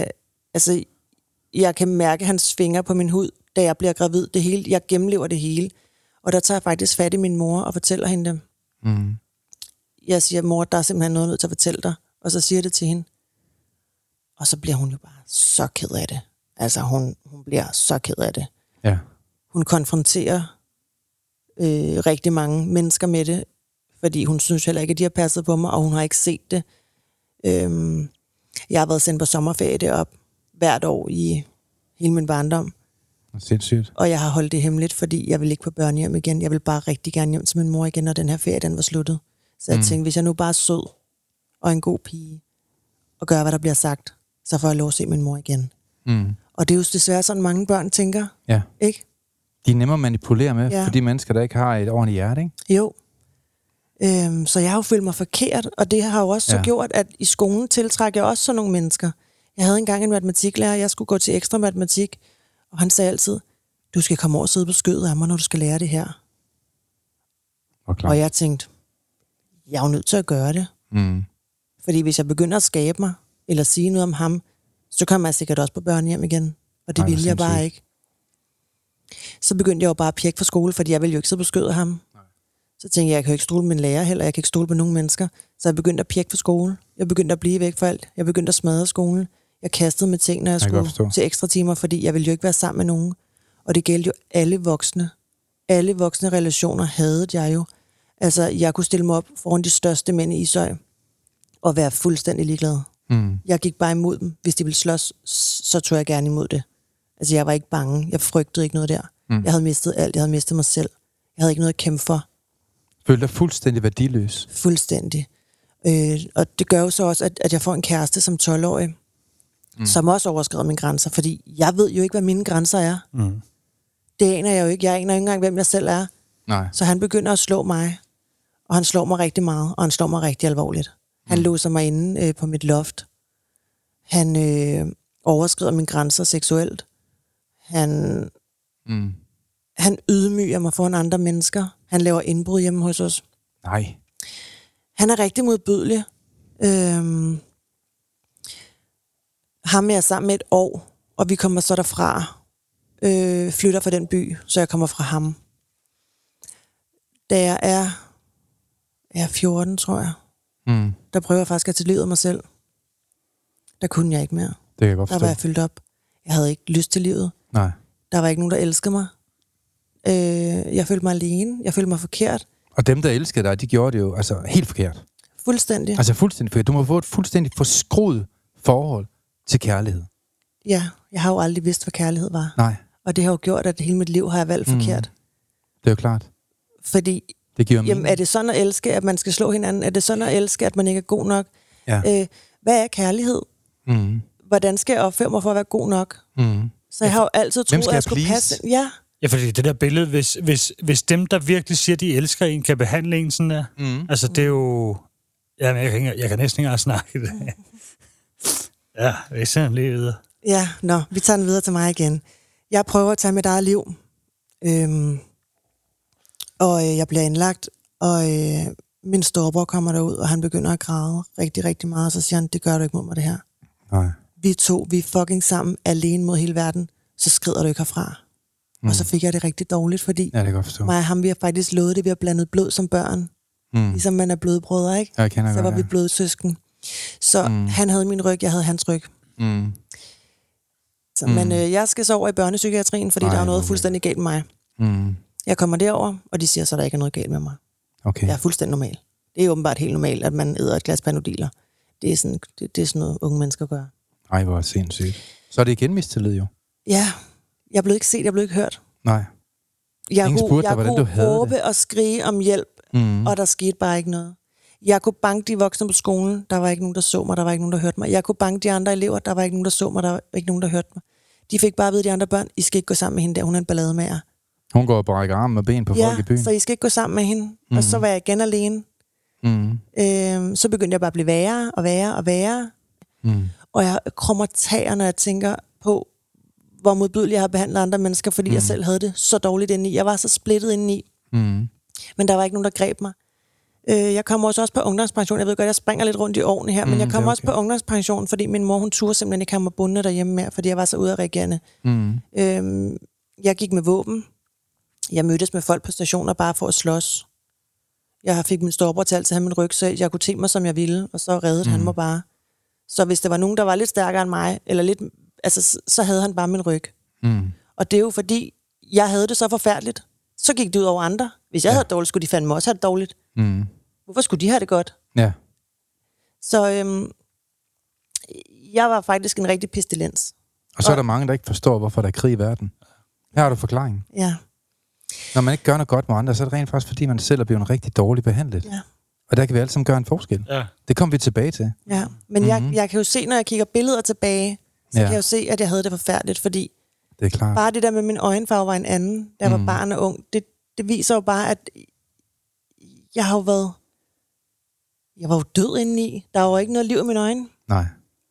[SPEAKER 3] Jeg kan mærke hans fingre på min hud, da jeg bliver gravid. Det hele, jeg gennemlever det hele. Og der tager jeg faktisk fat i min mor og fortæller hende det. Jeg siger, mor, der er simpelthen noget nødt til at fortælle dig. Og så siger det til hende. Og så bliver hun jo bare så ked af det. Altså, hun bliver så ked af det.
[SPEAKER 1] Ja.
[SPEAKER 3] Hun konfronterer rigtig mange mennesker med det, fordi hun synes heller ikke, at de har passet på mig, og hun har ikke set det. Jeg har været sendt på sommerferie derop hvert år i hele min barndom.
[SPEAKER 1] Sindssygt.
[SPEAKER 3] Og jeg har holdt det hemmeligt, fordi jeg vil ikke på børnehjem igen. Jeg vil bare rigtig gerne hjem til min mor igen, når den her ferie den var sluttet. Så jeg tænkte, hvis jeg nu bare er sød og en god pige, og gør, hvad der bliver sagt, så får jeg lov at se min mor igen. Og det er jo desværre sådan, mange børn tænker.
[SPEAKER 1] Ja.
[SPEAKER 3] Ikke?
[SPEAKER 1] De er nemmere at manipulere med, for de mennesker, der ikke har et ordentligt hjerte, ikke?
[SPEAKER 3] Jo. Så jeg har jo følt mig forkert, og det har jo også så gjort, at i skolen tiltrækker jeg også sådan nogle mennesker. Jeg havde engang en matematiklærer, jeg skulle gå til ekstra matematik, og han sagde altid, du skal komme over og sidde på skødet af mig, når du skal lære det her. Og jeg tænkte, jeg er jo nødt til at gøre det. Fordi hvis jeg begynder at skabe mig, eller sige noget om ham, så kommer jeg sikkert også på børnehjem igen. Og det ville jeg bare ikke. Så begyndte jeg jo bare at pjekke for skole, fordi jeg ville jo ikke sidde på skødet af ham. Nej. Så tænkte jeg kan jo ikke stole på min lærer heller, jeg kan ikke stole på nogen mennesker. Så jeg begyndte at pjekke for skole. Jeg begyndte at blive væk fra alt. Jeg begyndte at smadre skolen. Jeg kastede med ting, når jeg skulle til ekstra timer, fordi jeg ville jo ikke være sammen med nogen. Og det gældte jo alle voksne. Alle voksne relationer havde jeg jo. Altså, jeg kunne stille mig op foran de største mænd i Ishøj og være fuldstændig ligeglad. Jeg gik bare imod dem. Hvis de ville slås, så tog jeg gerne imod det. Altså, jeg var ikke bange. Jeg frygtede ikke noget der. Jeg havde mistet alt. Jeg havde mistet mig selv. Jeg havde ikke noget at kæmpe for.
[SPEAKER 1] Følte dig fuldstændig værdiløs? Fuldstændig.
[SPEAKER 3] Og det gør jo så også, at jeg får en kæreste som 12-årig, som også overskrider mine grænser, fordi jeg ved jo ikke, hvad mine grænser er. Det aner jeg jo ikke. Jeg aner ikke engang, hvem jeg selv er.
[SPEAKER 1] Nej.
[SPEAKER 3] Så han begynder at slå mig, og han slår mig rigtig meget, og han slår mig rigtig alvorligt. Han låser mig inde på mit loft. Han overskrider mine grænser seksuelt. Han ydmyger mig foran andre mennesker. Han laver indbrud hjemme hos os.
[SPEAKER 1] Nej.
[SPEAKER 3] Han er rigtig modbydelig. Ham er jeg sammen med et år, og vi kommer så derfra. Flytter fra den by, så jeg kommer fra ham. Da jeg er 14, tror jeg, der prøver jeg faktisk at tage livet af mig selv. Der kunne jeg ikke mere.
[SPEAKER 1] Det kan jeg godt forstå.
[SPEAKER 3] Der var jeg fyldt op. Jeg havde ikke lyst til livet.
[SPEAKER 1] Nej.
[SPEAKER 3] Der var ikke nogen, der elskede mig. Jeg følte mig alene. Jeg følte mig forkert.
[SPEAKER 1] Og dem, der elskede dig, de gjorde det jo altså helt forkert.
[SPEAKER 3] Fuldstændig.
[SPEAKER 1] Altså fuldstændig forkert. Du må få et fuldstændig forskruet forhold til kærlighed.
[SPEAKER 3] Ja, jeg har jo aldrig vidst, hvad kærlighed var.
[SPEAKER 1] Nej.
[SPEAKER 3] Og det har jo gjort, at hele mit liv har jeg valgt forkert.
[SPEAKER 1] Det er jo klart.
[SPEAKER 3] Fordi,
[SPEAKER 1] det giver mening.
[SPEAKER 3] Er det sådan at elske, at man skal slå hinanden? Er det sådan at elske, at man ikke er god nok?
[SPEAKER 1] Ja.
[SPEAKER 3] hvad er kærlighed? Hvordan skal jeg opføre mig for at være god nok? Så jeg har jo altid troet, at jeg skulle passe. Ja.
[SPEAKER 2] Ja, fordi det der billede, hvis dem, der virkelig siger, de elsker en, kan behandle en sådan der, altså det er jo... Jamen, jeg kan næsten ikke engang snakke det. Ja, vi ser lige videre.
[SPEAKER 3] Ja, vi tager den videre til mig igen. Jeg prøver at tage mit eget liv, og jeg bliver indlagt, og min storebror kommer derud, og han begynder at græde rigtig, rigtig meget, og så siger han, det gør du ikke mod mig, det her.
[SPEAKER 1] Nej.
[SPEAKER 3] Vi er fucking sammen, alene mod hele verden, så skrider du ikke herfra. Og så fik jeg det rigtig dårligt, fordi
[SPEAKER 1] ja, det kan jeg forstå.
[SPEAKER 3] mig og ham, vi har faktisk lovet det, vi har blandet blod som børn. Ligesom man er blodbrødre, ikke?
[SPEAKER 1] Jeg kender
[SPEAKER 3] så
[SPEAKER 1] godt,
[SPEAKER 3] var vi blodsøsken. Så han havde min ryg, jeg havde hans ryg. Så, men jeg skal så over i børnepsykiatrien, fordi der er noget fuldstændig galt med mig. Jeg kommer derover, og de siger så, der ikke er noget galt med mig.
[SPEAKER 1] Okay.
[SPEAKER 3] Jeg er fuldstændig normal. Det er åbenbart helt normalt, at man æder et glas Panodiler. Det er sådan noget, unge mennesker gør.
[SPEAKER 1] Ej, hvor sindssygt. Så er det igen mistillid, jo.
[SPEAKER 3] Ja, jeg blev ikke set, jeg blev ikke hørt.
[SPEAKER 1] Nej.
[SPEAKER 3] Jeg kunne råbe og skrige om hjælp, og der skete bare ikke noget. Jeg kunne banke de voksne på skolen, der var ikke nogen, der så mig, der var ikke nogen, der hørte mig. Jeg kunne banke de andre elever, der var ikke nogen, der så mig, der var ikke nogen, der hørte mig. De fik bare at vide, de andre børn, I skal ikke gå sammen med hende der, hun er en ballademager.
[SPEAKER 1] Hun går og brækker armen og ben på folk i byen.
[SPEAKER 3] Så I skal ikke gå sammen med hende. Og så var jeg igen alene. Så begyndte jeg bare at blive værre og værre og værre. Og jeg krummer tæer, når jeg tænker på, hvor modbydeligt jeg har behandlet andre mennesker, fordi jeg selv havde det så dårligt indeni. Jeg var så splittet indeni. Men der var ikke nogen, der greb mig. Jeg kommer også på ungdomspension. Jeg ved godt, jeg springer lidt rundt i årene her, men jeg kommer også på ungdomspension, fordi min mor, hun turde simpelthen ikke have mig bundet derhjemme mere, fordi jeg var så udadreagerende. Jeg gik med våben. Jeg mødtes med folk på stationer bare for at slås. Jeg fik min storebror til altid at have min ryg, så jeg kunne te mig, som jeg ville, og så reddede han mig bare. Så hvis der var nogen, der var lidt stærkere end mig, eller lidt, altså, så havde han bare min ryg. Og det er jo fordi, jeg havde det så forfærdeligt. Så gik det ud over andre. Hvis jeg havde det dårligt, skulle de fandme også have det dårligt. Hvorfor skulle de have det godt?
[SPEAKER 1] Ja.
[SPEAKER 3] Så jeg var faktisk en rigtig pestilens.
[SPEAKER 1] Og så er der mange, der ikke forstår, hvorfor der er krig i verden. Her har du forklaringen.
[SPEAKER 3] Ja.
[SPEAKER 1] Når man ikke gør noget godt med andre, så er det rent faktisk, fordi man selv er blevet rigtig dårligt behandlet.
[SPEAKER 3] Ja.
[SPEAKER 1] Og der kan vi alle sammen gøre en forskel. Ja. Det kommer vi tilbage til.
[SPEAKER 3] Ja, men jeg kan jo se, når jeg kigger billeder tilbage, så kan jeg jo se, at jeg havde det forfærdeligt, fordi
[SPEAKER 1] det er klart. Bare
[SPEAKER 3] det der med min øjenfarve var en anden, da jeg var barn og ung, det viser jo bare, at jeg var jo død indeni. Der var jo ikke noget liv i mine øjne.
[SPEAKER 1] Nej.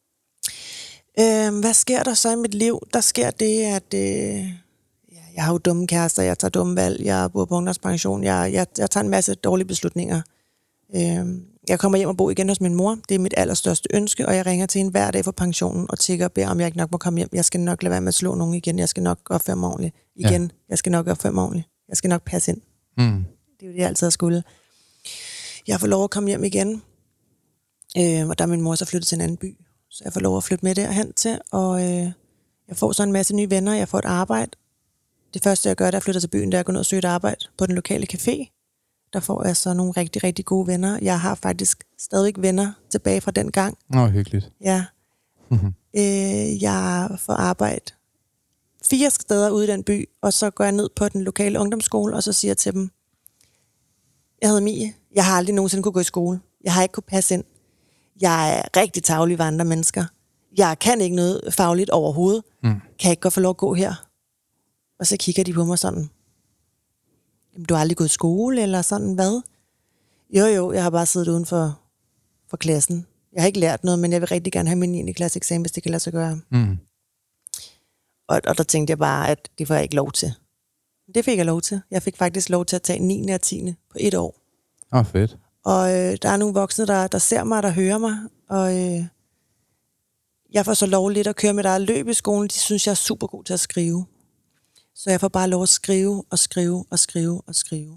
[SPEAKER 3] Hvad sker der så i mit liv? Der sker det, at jeg har jo dumme kærester, jeg tager dumme valg, jeg bor på ungdomspension, jeg tager en masse dårlige beslutninger. Jeg kommer hjem og bor igen hos min mor. Det er mit allerstørste ønske, og jeg ringer til hende hver dag for pensionen og tigger og beder, om jeg ikke nok må komme hjem. Jeg skal nok lade være med at slå nogen igen. Jeg skal nok opføre mig ordentligt. Igen, jeg skal nok opføre mig ordentligt. Jeg skal nok passe ind. Det er jo det, jeg altid har skulle. Jeg får lov at komme hjem igen, og der er min mor så flyttet til en anden by. Så jeg får lov at flytte med derhen til, og jeg får så en masse nye venner. Jeg får et arbejde. Det første, jeg gør, da jeg flytter til byen, det er at gå ned og søge et arbejde på den lokale café. Der får jeg så nogle rigtig, rigtig gode venner. Jeg har faktisk stadigvæk venner tilbage fra den gang.
[SPEAKER 1] Hyggeligt.
[SPEAKER 3] Ja. Jeg får arbejde 4 steder ude i den by, og så går jeg ned på den lokale ungdomsskole, og så siger jeg til dem, jeg hedder Mie, jeg har aldrig nogensinde kunne gå i skole. Jeg har ikke kunne passe ind. Jeg er rigtig tarvelig ved andre mennesker. Jeg kan ikke noget fagligt overhovedet. Kan jeg ikke godt få lov at gå her? Og så kigger de på mig sådan, du har aldrig gået i skole, eller sådan, hvad? Jo, jeg har bare siddet uden for klassen. Jeg har ikke lært noget, men jeg vil rigtig gerne have min 9. klasse eksamen, hvis det kan lade sig gøre. Og der tænkte jeg bare, at det får jeg ikke lov til. Det fik jeg lov til. Jeg fik faktisk lov til at tage 9. og 10. på 1 år.
[SPEAKER 1] Fedt.
[SPEAKER 3] Og der er nogle voksne, der ser mig, der hører mig, og jeg får så lov lidt at køre med der løb i skolen. De synes, jeg er super god til at skrive. Så jeg får bare lov at skrive og skrive og skrive og skrive.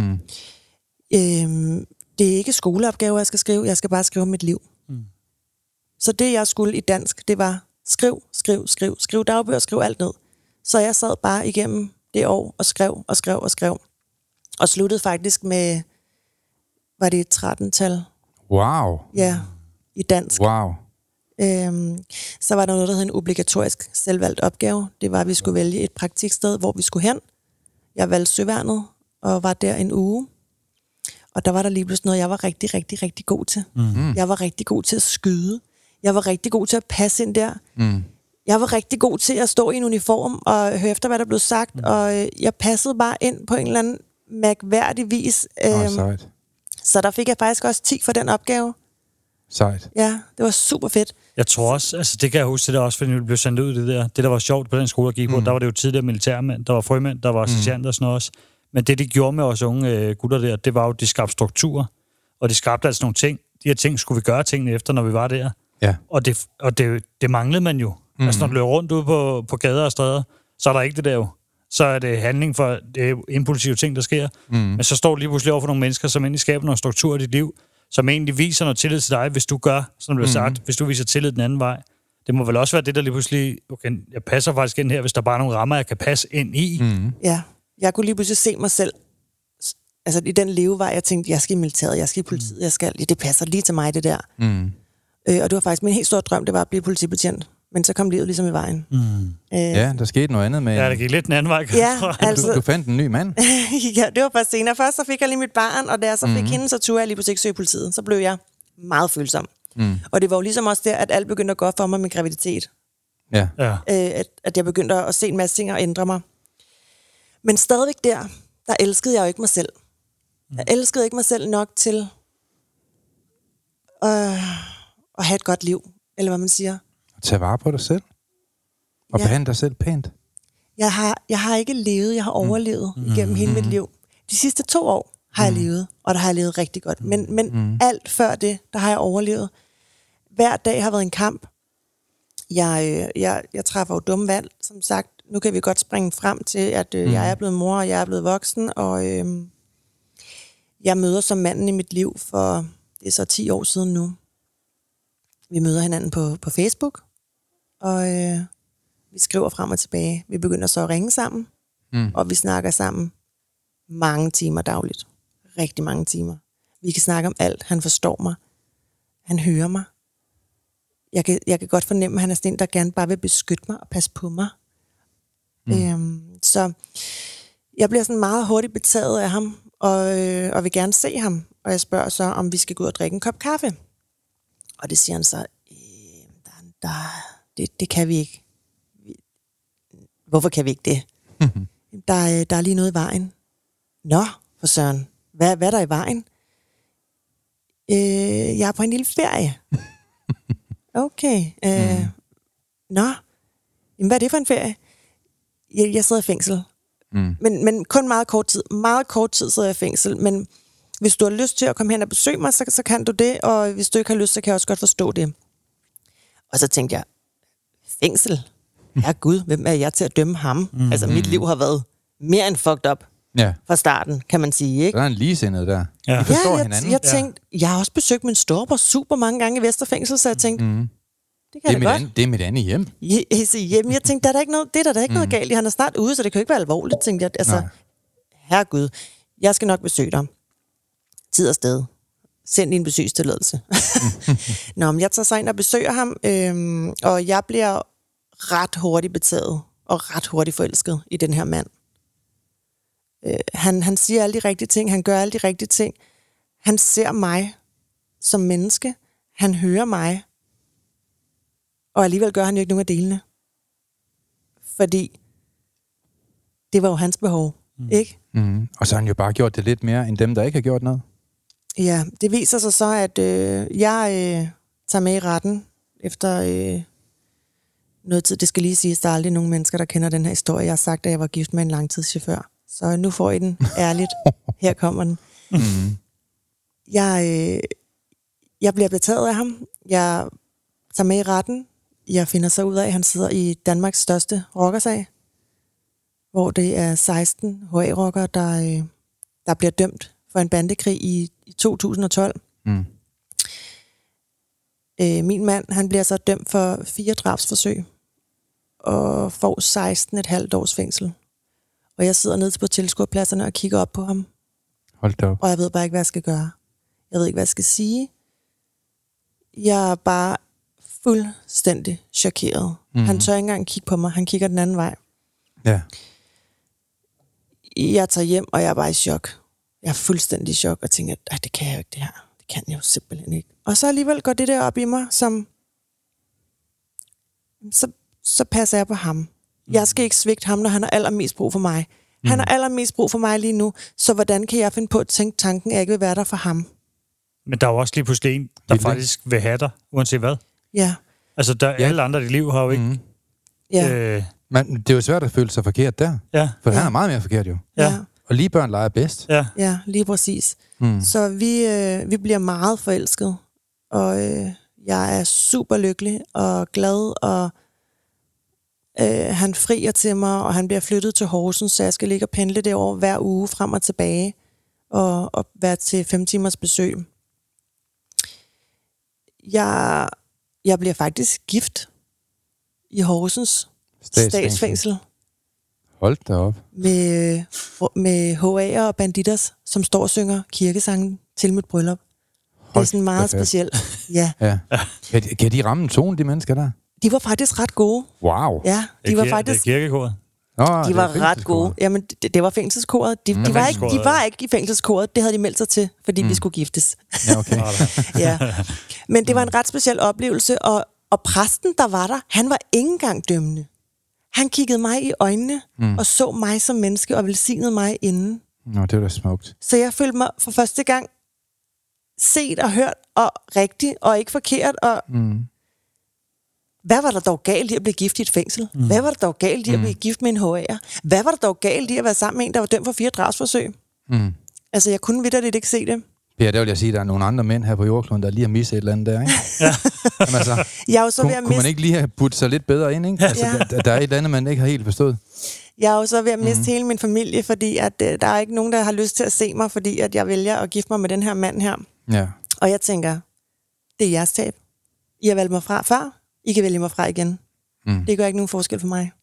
[SPEAKER 3] Det er ikke skoleopgaver, jeg skal skrive. Jeg skal bare skrive om mit liv. Så det, jeg skulle i dansk, det var skriv dagbøger, skriv alt ned. Så jeg sad bare igennem det år og skrev. Og sluttede faktisk med, var det et 13-tal?
[SPEAKER 1] Wow.
[SPEAKER 3] Ja, i dansk.
[SPEAKER 1] Wow.
[SPEAKER 3] Så var der noget, der hed en obligatorisk selvvalgt opgave. Det var, at vi skulle vælge et praktiksted, hvor vi skulle hen. Jeg valgte Søværnet og var der en uge. Og der var der lige pludselig noget, jeg var rigtig, rigtig, rigtig god til. Jeg var rigtig god til at skyde. Jeg var rigtig god til at passe ind der. Jeg var rigtig god til at stå i en uniform og høre efter, hvad der blev sagt, og jeg passede bare ind på en eller anden mærkværdig vis.
[SPEAKER 1] Sejt.
[SPEAKER 3] Så der fik jeg faktisk også 10 for den opgave.
[SPEAKER 1] Sejt.
[SPEAKER 3] Ja, det var super fedt.
[SPEAKER 2] Jeg tror også, altså det kan jeg huske, det der også, fordi vi blev sendt ud det der. Det, der var sjovt på den skole, jeg gik på, der var det jo tidligere militærmænd, der var frømænd, der var sergeanter og sådan noget også. Men det, de gjorde med os unge gutter der, det var jo, de skabte strukturer, og de skabte altså nogle ting. De her ting skulle vi gøre tingene efter, når vi var der.
[SPEAKER 1] Ja.
[SPEAKER 2] Og det manglede man jo. Altså når du løber rundt ude på gader og stræder, så er der ikke det der jo. Så er det handling for det er impulsive ting, der sker. Men så står du lige pludselig over for nogle mennesker, som egentlig skaber nogle strukturer i dit liv, som egentlig viser noget tillid til dig, hvis du gør, som det bliver sagt, hvis du viser tillid den anden vej. Det må vel også være det, der lige pludselig, okay, jeg passer faktisk ind her, hvis der bare er nogle rammer, jeg kan passe ind i.
[SPEAKER 3] Ja, jeg kunne lige pludselig se mig selv, altså i den levevej, jeg tænkte, jeg skal i militæret, jeg skal i politiet, det passer lige til mig, det der. Og det var faktisk min helt store drøm, det var at blive politibetjent. Men så kom livet ligesom i vejen.
[SPEAKER 1] Ja, der skete noget andet med...
[SPEAKER 2] Ja, det gik lidt den anden vej.
[SPEAKER 3] Ja, altså,
[SPEAKER 1] du fandt en ny mand.
[SPEAKER 3] ja, det var først senere. Først så fik jeg lige mit barn, og da jeg så fik hende, så turde jeg lige pludselig ikke søge politiet. Så blev jeg meget følsom. Og det var jo ligesom også der, at alt begyndte at gå for mig med graviditet.
[SPEAKER 1] Ja.
[SPEAKER 3] At jeg begyndte at se en masse ting og ændre mig. Men stadigvæk der elskede jeg jo ikke mig selv. Jeg elskede ikke mig selv nok til at have et godt liv, eller hvad man siger.
[SPEAKER 1] Tag vare på dig selv. Og behandle dig selv pænt.
[SPEAKER 3] Jeg har ikke levet, jeg har overlevet igennem hele mit liv. De sidste 2 år har jeg levet, og der har jeg levet rigtig godt. Men alt før det, der har jeg overlevet. Hver dag har været en kamp. Jeg træffer jo dumme valg, som sagt. Nu kan vi godt springe frem til, at jeg er blevet mor, og jeg er blevet voksen, og jeg møder som manden i mit liv for, det er så 10 år siden nu. Vi møder hinanden på Facebook, og vi skriver frem og tilbage. Vi begynder så at ringe sammen, og vi snakker sammen mange timer dagligt. Rigtig mange timer. Vi kan snakke om alt. Han forstår mig. Han hører mig. Jeg kan godt fornemme, at han er sådan en, der gerne bare vil beskytte mig og passe på mig. Så jeg bliver sådan meget hurtigt betaget af ham, og vil gerne se ham. Og jeg spørger så, om vi skal gå ud og drikke en kop kaffe. Og det siger han så, det kan vi ikke. Hvorfor kan vi ikke det? Der er lige noget i vejen. Nå, for søren. Hvad er der i vejen? Jeg er på en lille ferie. Okay. Nå. Jamen, hvad er det for en ferie? Jeg sidder i fængsel. Men kun meget kort tid. Meget kort tid sidder jeg i fængsel. Men hvis du har lyst til at komme hen og besøge mig, så kan du det. Og hvis du ikke har lyst, så kan jeg også godt forstå det. Og så tænkte jeg, fængsel? Herregud, hvem er jeg til at dømme ham? Altså, mit liv har været mere end fucked up fra starten, kan man sige, ikke?
[SPEAKER 1] Der er en ligesindet der.
[SPEAKER 2] Ja.
[SPEAKER 1] Vi forstår hinanden.
[SPEAKER 3] Jeg tænkte, jeg har også besøgt min storebror super mange gange i Vesterfængsel, så jeg tænkte, det kan jeg godt.
[SPEAKER 1] Det er mit andet hjem.
[SPEAKER 3] Jeg tænkte, der er der ikke noget, det er der ikke noget galt i. Han er snart ude, så det kan jo ikke være alvorligt, tænkte jeg. Altså, herregud, jeg skal nok besøge dig. Tid og sted. Send din besøgstilladelse. Nå, men jeg tager så ind og besøger ham, og jeg bliver ret hurtigt betaget og ret hurtigt forelsket i den her mand. Han siger alle de rigtige ting, han gør alle de rigtige ting. Han ser mig som menneske, han hører mig, og alligevel gør han jo ikke nogen af delene. Fordi det var jo hans behov, ikke?
[SPEAKER 1] Og så har han jo bare gjort det lidt mere, end dem, der ikke har gjort noget.
[SPEAKER 3] Ja, det viser sig så, at jeg tager med i retten efter noget tid. Det skal lige siges, der er aldrig nogen mennesker, der kender den her historie. Jeg har sagt, at jeg var gift med en langtidschauffør. Så nu får I den ærligt. Her kommer den. Jeg bliver betaget af ham. Jeg tager med i retten. Jeg finder så ud af, at han sidder i Danmarks største rockersag, hvor det er 16 HA-rockere, der bliver dømt for en bandekrig i 2012. Min mand, han bliver så dømt for 4 drabsforsøg og får 16,5 års fængsel. Og jeg sidder nede på tilskuerpladserne og kigger op på ham.
[SPEAKER 1] Hold da op.
[SPEAKER 3] Og jeg ved bare ikke, hvad jeg skal gøre. Jeg ved ikke, hvad jeg skal sige. Jeg er bare fuldstændig chokeret. Han tør ikke engang kigge på mig. Han kigger den anden vej.
[SPEAKER 1] Ja.
[SPEAKER 3] Jeg tager hjem, og jeg er bare i chok. Jeg er fuldstændig i chok, og tænker, at det kan jeg jo ikke, det her. Det kan jeg jo simpelthen ikke. Og så alligevel går det der op i mig, som så passer jeg på ham. Jeg skal ikke svigte ham, når han har allermest brug for mig. Han har allermest brug for mig lige nu, så hvordan kan jeg finde på at tænke tanken, at jeg ikke vil være der for ham?
[SPEAKER 2] Men der er jo også lige pludselig en, der faktisk vil have dig, uanset hvad.
[SPEAKER 3] Ja.
[SPEAKER 2] Altså, alle andre i dit liv har jo ikke...
[SPEAKER 3] Ja.
[SPEAKER 1] Men det er jo svært at føle sig forkert der.
[SPEAKER 2] Ja.
[SPEAKER 1] For han er meget mere forkert jo.
[SPEAKER 3] Ja.
[SPEAKER 1] Og lige børn leger bedst.
[SPEAKER 3] Ja, lige præcis. Så vi bliver meget forelsket. Og jeg er super lykkelig og glad, og han frier til mig, og han bliver flyttet til Horsens, så jeg skal ligge og pendle derovre hver uge frem og tilbage, og være til 5 timers besøg. Jeg bliver faktisk gift i Horsens statsfængsel.
[SPEAKER 1] Hold da op.
[SPEAKER 3] Med HA'er og banditters, som står og synger kirkesangen til mit bryllup. Det er sådan meget specielt. Ja.
[SPEAKER 1] Kan de ramme tonen, de mennesker der?
[SPEAKER 3] De var faktisk ret gode.
[SPEAKER 1] Wow.
[SPEAKER 3] Ja, de var faktisk...
[SPEAKER 2] Det er kirkekoret.
[SPEAKER 3] De var ret gode. Jamen, det var fængselskoret. De var ikke i fængselskoret. Det havde de meldt sig til, fordi vi skulle giftes.
[SPEAKER 1] Ja, okay.
[SPEAKER 3] Ja. Men det var en ret speciel oplevelse, og præsten, der var der, han var ikke engang dømmende. Han kiggede mig i øjnene og så mig som menneske og velsignede mig inden.
[SPEAKER 1] Nå, det var da smukt.
[SPEAKER 3] Så jeg følte mig for første gang set og hørt og rigtigt og ikke forkert. Og hvad var der dog galt i at blive gift i et fængsel? Hvad var der dog galt i at blive gift med en HA'er? Hvad var der dog galt i at være sammen med en, der var dømt for 4 drabsforsøg? Altså, jeg kunne vitterligt ikke se det.
[SPEAKER 1] Per, der vil jeg sige, at der er nogle andre mænd her på jordkloden, der lige har misset et eller andet der, ikke?
[SPEAKER 2] Ja.
[SPEAKER 1] Jamen, altså,
[SPEAKER 3] jeg er jo så ved at
[SPEAKER 1] kunne man ikke lige have budt sig lidt bedre ind, ikke? Altså, der er et eller andet, man ikke har helt forstået.
[SPEAKER 3] Jeg er jo så ved at miste hele min familie, fordi at, der er ikke nogen, der har lyst til at se mig, fordi at jeg vælger at gifte mig med den her mand her.
[SPEAKER 1] Ja.
[SPEAKER 3] Og jeg tænker, det er jeres tab. I har valgt mig fra før, I kan vælge mig fra igen. Det gør ikke nogen forskel for mig.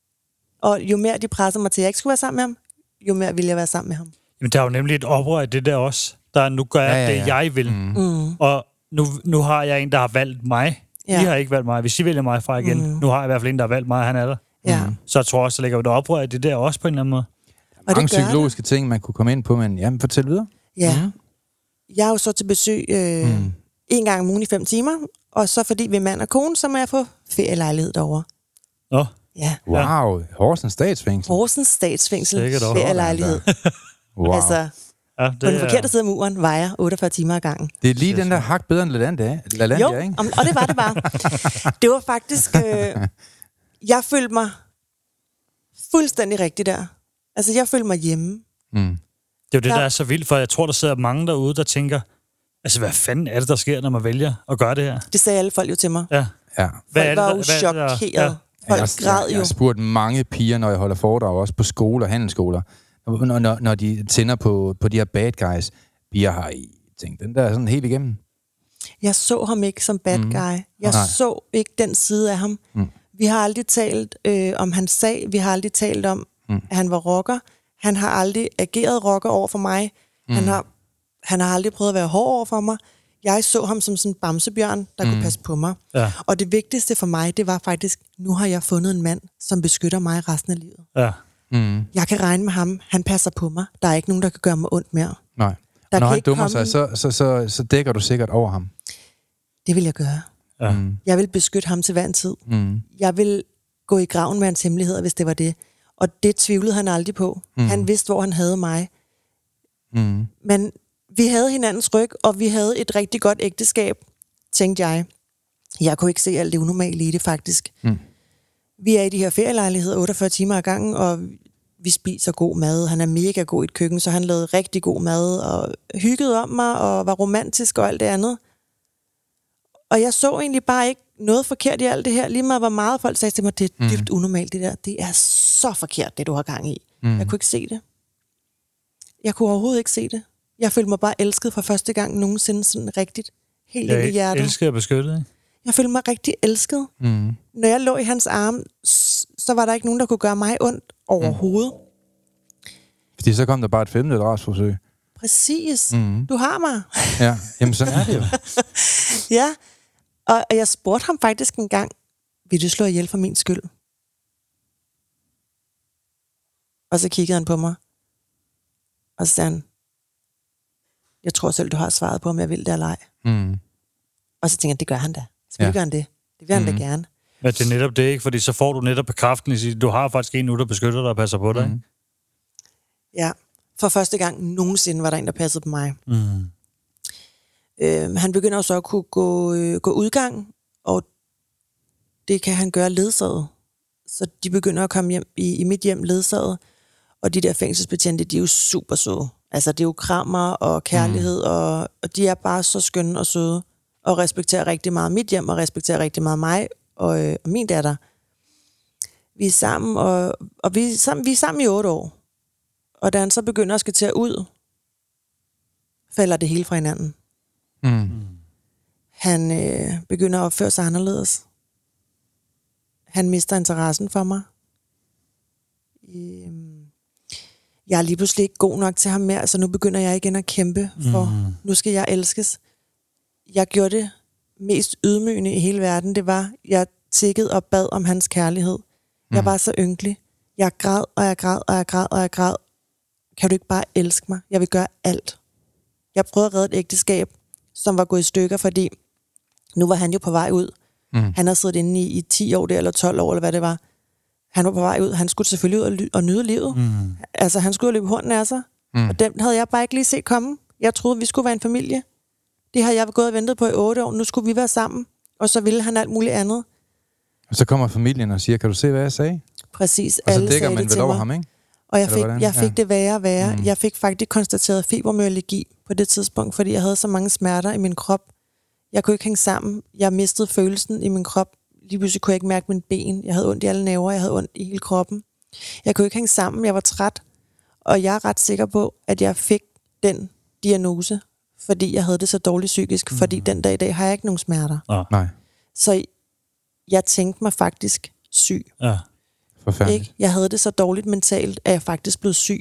[SPEAKER 3] Og jo mere de presser mig til, at jeg ikke skulle være sammen med ham, jo mere vil jeg være sammen med ham.
[SPEAKER 2] Jamen, der er jo nemlig et oprør i det der også. Der nu gør jeg det, jeg vil. Og nu har jeg en, der har valgt mig. I har ikke valgt mig. Hvis I vælger mig fra igen, nu har jeg i hvert fald en, der har valgt mig, og han er der. Så jeg tror også, der ligger et oprør i det der også på en eller anden måde.
[SPEAKER 1] Og mange psykologiske ting, man kunne komme ind på, men jamen, fortæl videre.
[SPEAKER 3] Ja. Jeg er jo så til besøg en gang om ugen i 5 timer, og så fordi vi er mand og kone, så må jeg få ferielejlighed derovre.
[SPEAKER 2] Nå.
[SPEAKER 3] Ja.
[SPEAKER 1] Wow, Horsens statsfængsel.
[SPEAKER 3] Horsens statsfængsel, ferielejlighed.
[SPEAKER 1] Wow.
[SPEAKER 3] Altså, på den forkerte side af muren vejer 48 timer ad gangen.
[SPEAKER 1] Det er lige den der hak bedre end LaLandia, ikke?
[SPEAKER 3] Og det var det bare. Det var faktisk... jeg følte mig fuldstændig rigtig der. Altså, jeg følte mig hjemme.
[SPEAKER 2] Det er jo det, der er så vildt, for jeg tror, der sidder mange derude, der tænker, altså, hvad fanden er det, der sker, når man vælger at gøre det her?
[SPEAKER 3] Det sagde alle folk jo til mig.
[SPEAKER 2] Ja.
[SPEAKER 3] Folk var jo chokeret. Folk græd jo.
[SPEAKER 1] Jeg har spurgt mange piger, når jeg holder foredrag, også på skoler, handelsskoler, når de tænder på de her bad guys. Piger har I tænkt, den der er sådan helt igennem.
[SPEAKER 3] Jeg så ham ikke som bad guy. Jeg så ikke den side af ham. Vi har aldrig talt om hans sag. Vi har aldrig talt om, at han var rocker. Han har aldrig ageret rocker over for mig. Han har aldrig prøvet at være hård over for mig. Jeg så ham som sådan en bamsebjørn, der kunne passe på mig. Ja. Og det vigtigste for mig, det var faktisk, nu har jeg fundet en mand, som beskytter mig resten af livet. Ja. Jeg kan regne med ham. Han passer på mig. Der er ikke nogen, der kan gøre mig ondt mere.
[SPEAKER 1] Nej. Og når han dummer sig, så dækker du sikkert over ham.
[SPEAKER 3] Det vil jeg gøre. Ja. Jeg vil beskytte ham til hver en tid. Jeg vil gå i graven med hans hemmeligheder, hvis det var det. Og det tvivlede han aldrig på. Han vidste, hvor han havde mig. Men vi havde hinandens ryg, og vi havde et rigtig godt ægteskab, tænkte jeg. Jeg kunne ikke se alt det unormale i det, faktisk. Vi er i de her ferielejligheder 48 timer ad gangen, og vi spiser god mad. Han er mega god i et køkken, så han lavede rigtig god mad, og hyggede om mig, og var romantisk og alt det andet. Og jeg så egentlig bare ikke noget forkert i alt det her. Lige meget hvor meget folk sagde til mig, det er dybt unormalt det der. Det er så forkert, det du har gang i. Jeg kunne ikke se det. Jeg kunne overhovedet ikke se det. Jeg følte mig bare elsket for første gang nogensinde sådan rigtigt. Helt ind i hjertet.
[SPEAKER 2] Jeg elsker at beskytte dig.
[SPEAKER 3] Jeg følte mig rigtig elsket. Når jeg lå i hans arme, så var der ikke nogen, der kunne gøre mig ondt overhovedet.
[SPEAKER 1] Fordi så kom der bare et 5. drabsforsøg.
[SPEAKER 3] Præcis. Du har mig.
[SPEAKER 1] Ja, jamen sådan er det jo.
[SPEAKER 3] Ja, og jeg spurgte ham faktisk en gang, vil du slå ihjel for min skyld? Og så kiggede han på mig. Og så sagde han, jeg tror selv, du har svaret på, om jeg vil det eller ej. Og så tænkte jeg, det gør han da. Selvfølgelig gør han det. Det vil han da gerne.
[SPEAKER 2] Men det er netop det, ikke? Fordi så får du netop bekræftelsen i, du har faktisk en nu, der beskytter dig og passer på dig, ikke?
[SPEAKER 3] Ja, for første gang nogensinde var der en, der passede på mig. Han begynder jo så at kunne gå udgang, og det kan han gøre ledsaget. Så de begynder at komme hjem i mit hjem ledsaget, og de der fængselsbetjente, de er jo super søde. Altså, det er jo krammer og kærlighed, og de er bare så skønne og søde, og respekterer rigtig meget mit hjem, og respekterer rigtig meget mig og min datter. Vi er sammen, og vi er sammen i 8 år. Og da han så begynder at skal til at ud, falder det hele fra hinanden. Han begynder at opføre sig anderledes. Han mister interessen for mig. Jeg er lige pludselig ikke god nok til ham mere, så nu begynder jeg igen at kæmpe for, nu skal jeg elskes. Jeg gjorde det mest ydmygende i hele verden. Det var, jeg tikkede og bad om hans kærlighed. Jeg var så ynkelig. Jeg græd, og jeg græd, og jeg græd, og jeg græd. Kan du ikke bare elske mig? Jeg vil gøre alt. Jeg prøvede at redde et ægteskab, som var gået i stykker, fordi nu var han jo på vej ud. Han havde siddet inde i 10 år der, eller 12 år, eller hvad det var. Han var på vej ud. Han skulle selvfølgelig ud og nyde livet. Altså, han skulle løbe hånden af sig. Og den havde jeg bare ikke lige set komme. Jeg troede, vi skulle være en familie. Det har jeg gået og ventet på i 8 år. Nu skulle vi være sammen. Og så ville han alt muligt andet.
[SPEAKER 1] Og så kommer familien og siger, kan du se, hvad jeg sagde?
[SPEAKER 3] Præcis.
[SPEAKER 1] Og så dækker man vel over ham, ikke?
[SPEAKER 3] Og jeg fik det værre og værre. Jeg fik faktisk konstateret fibromyalgi på det tidspunkt, fordi jeg havde så mange smerter i min krop. Jeg kunne ikke hænge sammen. Jeg mistede følelsen i min krop. Lige pludselig kunne jeg ikke mærke mine ben. Jeg havde ondt i alle nerver. Jeg havde ondt i hele kroppen. Jeg kunne ikke hænge sammen. Jeg var træt. Og jeg er ret sikker på, at jeg fik den diagnose, fordi jeg havde det så dårligt psykisk. Fordi den dag i dag har jeg ikke nogen smerter.
[SPEAKER 1] Nej.
[SPEAKER 3] Så jeg tænkte mig faktisk syg.
[SPEAKER 2] Ja.
[SPEAKER 1] Forfærdeligt.
[SPEAKER 3] Ikke? Jeg havde det så dårligt mentalt, at jeg faktisk blev syg.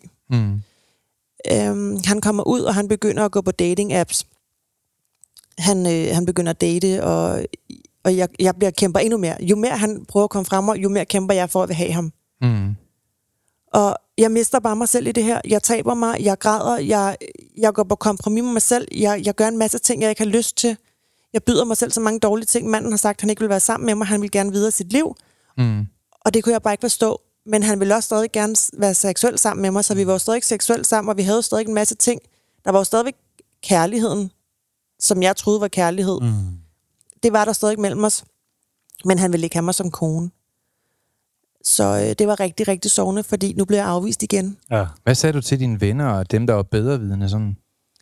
[SPEAKER 3] Han kommer ud, og han begynder at gå på dating-apps. Han begynder at date, og jeg kæmper endnu mere. Jo mere han prøver at komme frem, jo mere kæmper jeg for at vil have ham. Og jeg mister bare mig selv i det her. Jeg taber mig, jeg græder, jeg går på kompromis med mig selv. Jeg gør en masse ting, jeg ikke har lyst til. Jeg byder mig selv så mange dårlige ting. Manden har sagt, at han ikke vil være sammen med mig. Han vil gerne videre sit liv. Og det kunne jeg bare ikke forstå. Men han ville også stadig gerne være seksuel sammen med mig, så vi var jo stadig seksuelt sammen, og vi havde stadig en masse ting. Der var jo stadig kærligheden, som jeg troede var kærlighed. Det var der stadig mellem os. Men han ville ikke have mig som kone. Så det var rigtig, rigtig sovende, fordi nu blev jeg afvist igen.
[SPEAKER 2] Ja.
[SPEAKER 1] Hvad sagde du til dine venner og dem, der var bedrevidende sådan?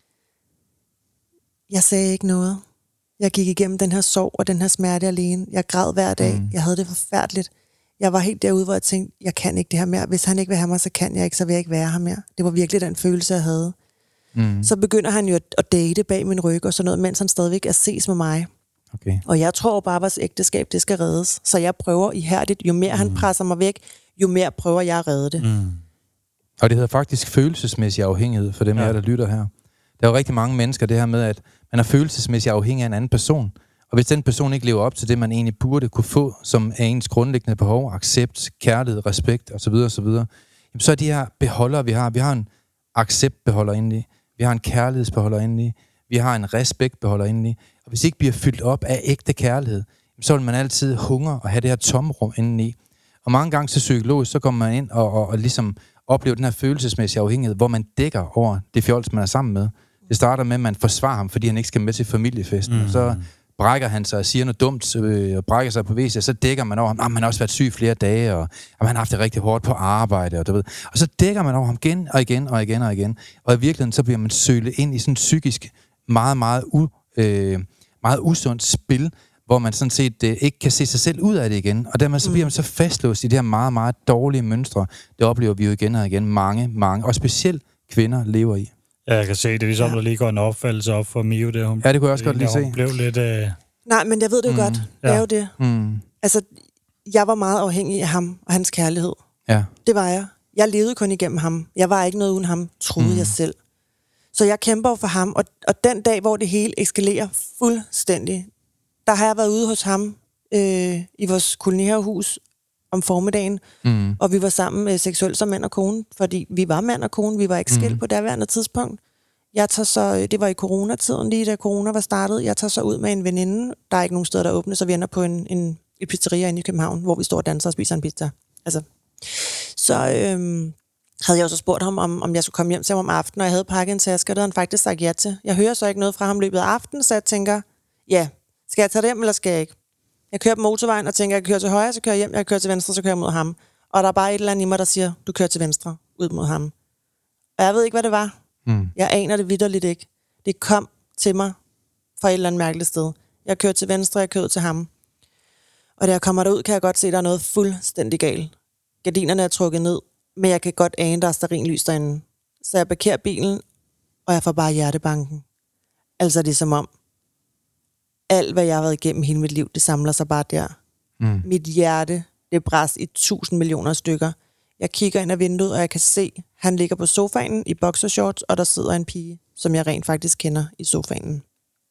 [SPEAKER 3] Jeg sagde ikke noget. Jeg gik igennem den her sorg og den her smerte alene. Jeg græd hver dag. Jeg havde det forfærdeligt. Jeg var helt derude, hvor jeg tænkte, jeg kan ikke det her mere. Hvis han ikke vil have mig, så kan jeg ikke, så vil jeg ikke være her mere. Det var virkelig den følelse, jeg havde. Så begynder han jo at date bag min ryg og sådan noget, mens han stadigvæk er ses med mig.
[SPEAKER 1] Okay.
[SPEAKER 3] Og jeg tror bare, at vores ægteskab, det skal reddes. Så jeg prøver ihærdigt. Jo mere han presser mig væk, jo mere prøver jeg at redde det.
[SPEAKER 1] Og det hedder faktisk følelsesmæssig afhængighed, for dem af jer, der lytter her. Der er jo rigtig mange mennesker, det her med, at man er følelsesmæssigt afhængig af en anden person. Og hvis den person ikke lever op til det, man egentlig burde kunne få, som er ens grundlæggende behov, accept, kærlighed, respekt osv., så er de her beholdere, vi har en acceptbeholder indeni, vi har en kærlighedsbeholder indeni, vi har en respektbeholder indeni. Og hvis ikke bliver fyldt op af ægte kærlighed, så vil man altid hungre og have det her tomrum indeni. Og mange gange så psykologisk, så kommer man ind og ligesom oplever den her følelsesmæssige afhængighed, hvor man dækker over det fjols, man er sammen med. Det starter med, at man forsvarer ham, fordi han ikke skal med til familiefesten. Og så brækker han sig og siger noget dumt, og brækker sig på WC, og så dækker man over ham. Han har også været syg flere dage, og han har haft det rigtig hårdt på arbejde, og du ved. Og så dækker man over ham igen og igen og igen og igen. Og i virkeligheden, så bliver man sølet ind i sådan en psykisk, meget, meget usundt spil, hvor man sådan set ikke kan se sig selv ud af det igen. Og dermed så bliver man så fastlåst i de her meget, meget dårlige mønstre. Det oplever vi jo igen og igen. Mange, og specielt kvinder lever i.
[SPEAKER 2] Ja, jeg kan se det, ligesom der lige går en opfattelse op for Mio der.
[SPEAKER 1] Ja, det kunne jeg også godt lige se.
[SPEAKER 2] Hun blev lidt...
[SPEAKER 3] Nej, men jeg ved det jo godt. Det er jo det. Altså, jeg var meget afhængig af ham og hans kærlighed.
[SPEAKER 1] Ja.
[SPEAKER 3] Det var jeg. Jeg levede kun igennem ham. Jeg var ikke noget uden ham, troede jeg selv. Så jeg kæmper for ham, og den dag, hvor det hele eskalerer fuldstændig, der har jeg været ude hos ham i vores kolonihavehus om formiddagen, og vi var sammen seksuelt som mand og kone, fordi vi var mand og kone, vi var ikke skilt på daværende tidspunkt. Jeg tager så, det var i coronatiden, lige da corona var startet, jeg tager så ud med en veninde, der er ikke nogen steder, der åbner, så vi ender på en et pizzeria inde i København, hvor vi står og danser og spiser en pizza. Altså, så havde jeg også spurgt ham, om jeg skulle komme hjem til ham om aftenen, og jeg havde pakket en taske, og det havde han faktisk sagt ja til. Jeg hører så ikke noget fra ham løbet af aftenen, så jeg tænker, ja, skal jeg tage det hjem, eller skal jeg ikke? Jeg kører på motorvejen og tænker, jeg kører til højre, så kører jeg hjem, jeg kører til venstre, så kører jeg mod ham. Og der er bare et eller andet i mig, der siger, du kører til venstre, ud mod ham. Og jeg ved ikke, hvad det var. Jeg aner det vitterligt ikke. Det kom til mig fra et eller andet mærkeligt sted. Jeg kører til venstre, jeg kører til ham. Og da jeg kommer derud, kan jeg godt se, at der er noget fuldstændig galt. Gardinerne er trukket ned, men jeg kan godt ane, der er stearinlys derinde. Så jeg parkerer bilen, og jeg får bare hjertebanken. Altså det er som om, alt hvad jeg har været igennem hele mit liv, det samler sig bare der. Mit hjerte, det bræst i 1000 millioner stykker. Jeg kigger ind ad vinduet, og jeg kan se, han ligger på sofaen i boxershorts, og der sidder en pige, som jeg rent faktisk kender i sofaen.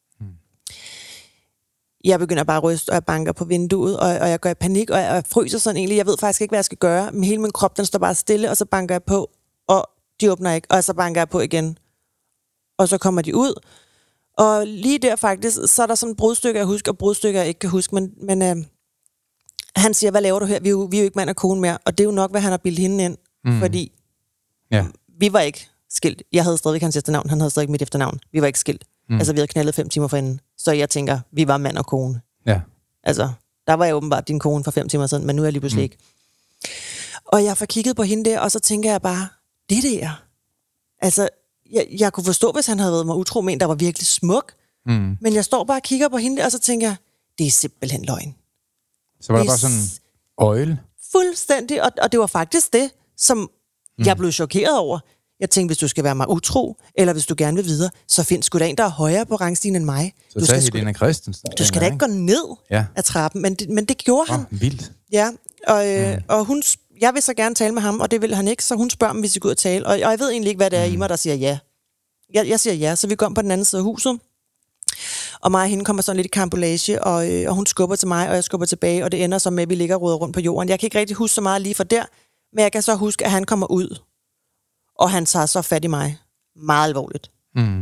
[SPEAKER 3] Jeg begynder bare at ryste, og jeg banker på vinduet, og jeg går i panik, og jeg fryser sådan egentlig. Jeg ved faktisk ikke, hvad jeg skal gøre. Men hele min krop, den står bare stille, og så banker jeg på, og de åbner ikke, og så banker jeg på igen. Og så kommer de ud, og lige der faktisk, så er der sådan et brudstykke, jeg husker, og brudstykker, jeg ikke kan huske, men han siger, hvad laver du her? Vi er jo ikke mand og kone mere, og det er jo nok, hvad han har bildet hende ind, fordi vi var ikke skilt. Jeg havde stadig hans efternavn, han havde stadig mit efternavn. Vi var ikke skilt. Altså, vi havde knaldet 5 timer forinden. Så jeg tænker, vi var mand og kone.
[SPEAKER 1] Ja.
[SPEAKER 3] Altså, der var jeg åbenbart din kone for 5 timer siden, men nu er jeg lige pludselig ikke. Og jeg får kigget på hende der, og så tænker jeg bare, det der. Altså, jeg kunne forstå, hvis han havde været mig utro med en, der var virkelig smuk. Men jeg står bare og kigger på hende der, og så tænker jeg, det er simpelthen løgn.
[SPEAKER 1] Så var der bare sådan øjle?
[SPEAKER 3] Fuldstændig, og det var faktisk det, som jeg blev chokeret over. Jeg tænkte, hvis du skal være mig utro, eller hvis du gerne vil videre, så find sgu da en, der er højere på rangstigen end mig.
[SPEAKER 1] Så sagde Helena Christensen.
[SPEAKER 3] Du skal da ikke gå ned af trappen, men det gjorde han.
[SPEAKER 1] Vildt.
[SPEAKER 3] Ja, og hun, jeg vil så gerne tale med ham, og det vil han ikke, så hun spørger mig, hvis vi går ud og tale. Og jeg ved egentlig ikke, hvad det er i mig, der siger ja. Jeg siger ja, så vi går om på den anden side af huset. Og mig og hende kommer sådan lidt i kampolage, og hun skubber til mig, og jeg skubber tilbage, og det ender så med, at vi ligger og roder rundt på jorden. Jeg kan ikke rigtig huske så meget lige fra der, men jeg kan så huske, at han kommer ud, og han tager så fat i mig. Meget alvorligt.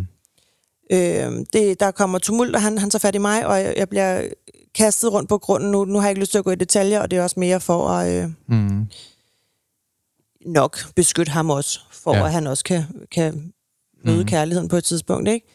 [SPEAKER 3] Der kommer tumult, og han tager fat i mig, og jeg bliver kastet rundt på grunden. Nu har jeg ikke lyst til at gå i detaljer, og det er også mere for at nok beskytte ham også, for at han også kan møde kærligheden på et tidspunkt, ikke?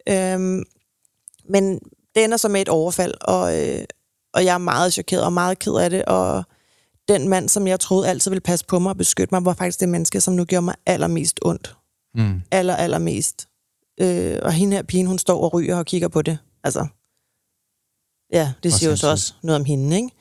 [SPEAKER 3] Men det ender så med et overfald, og jeg er meget chokeret og meget ked af det, og den mand, som jeg troede altid ville passe på mig og beskytte mig, var faktisk det menneske, som nu gjorde mig allermest ondt. Allermest. Og hende her pigen, hun står og ryger og kigger på det. Altså, ja, det siger jo så også noget om hende, ikke?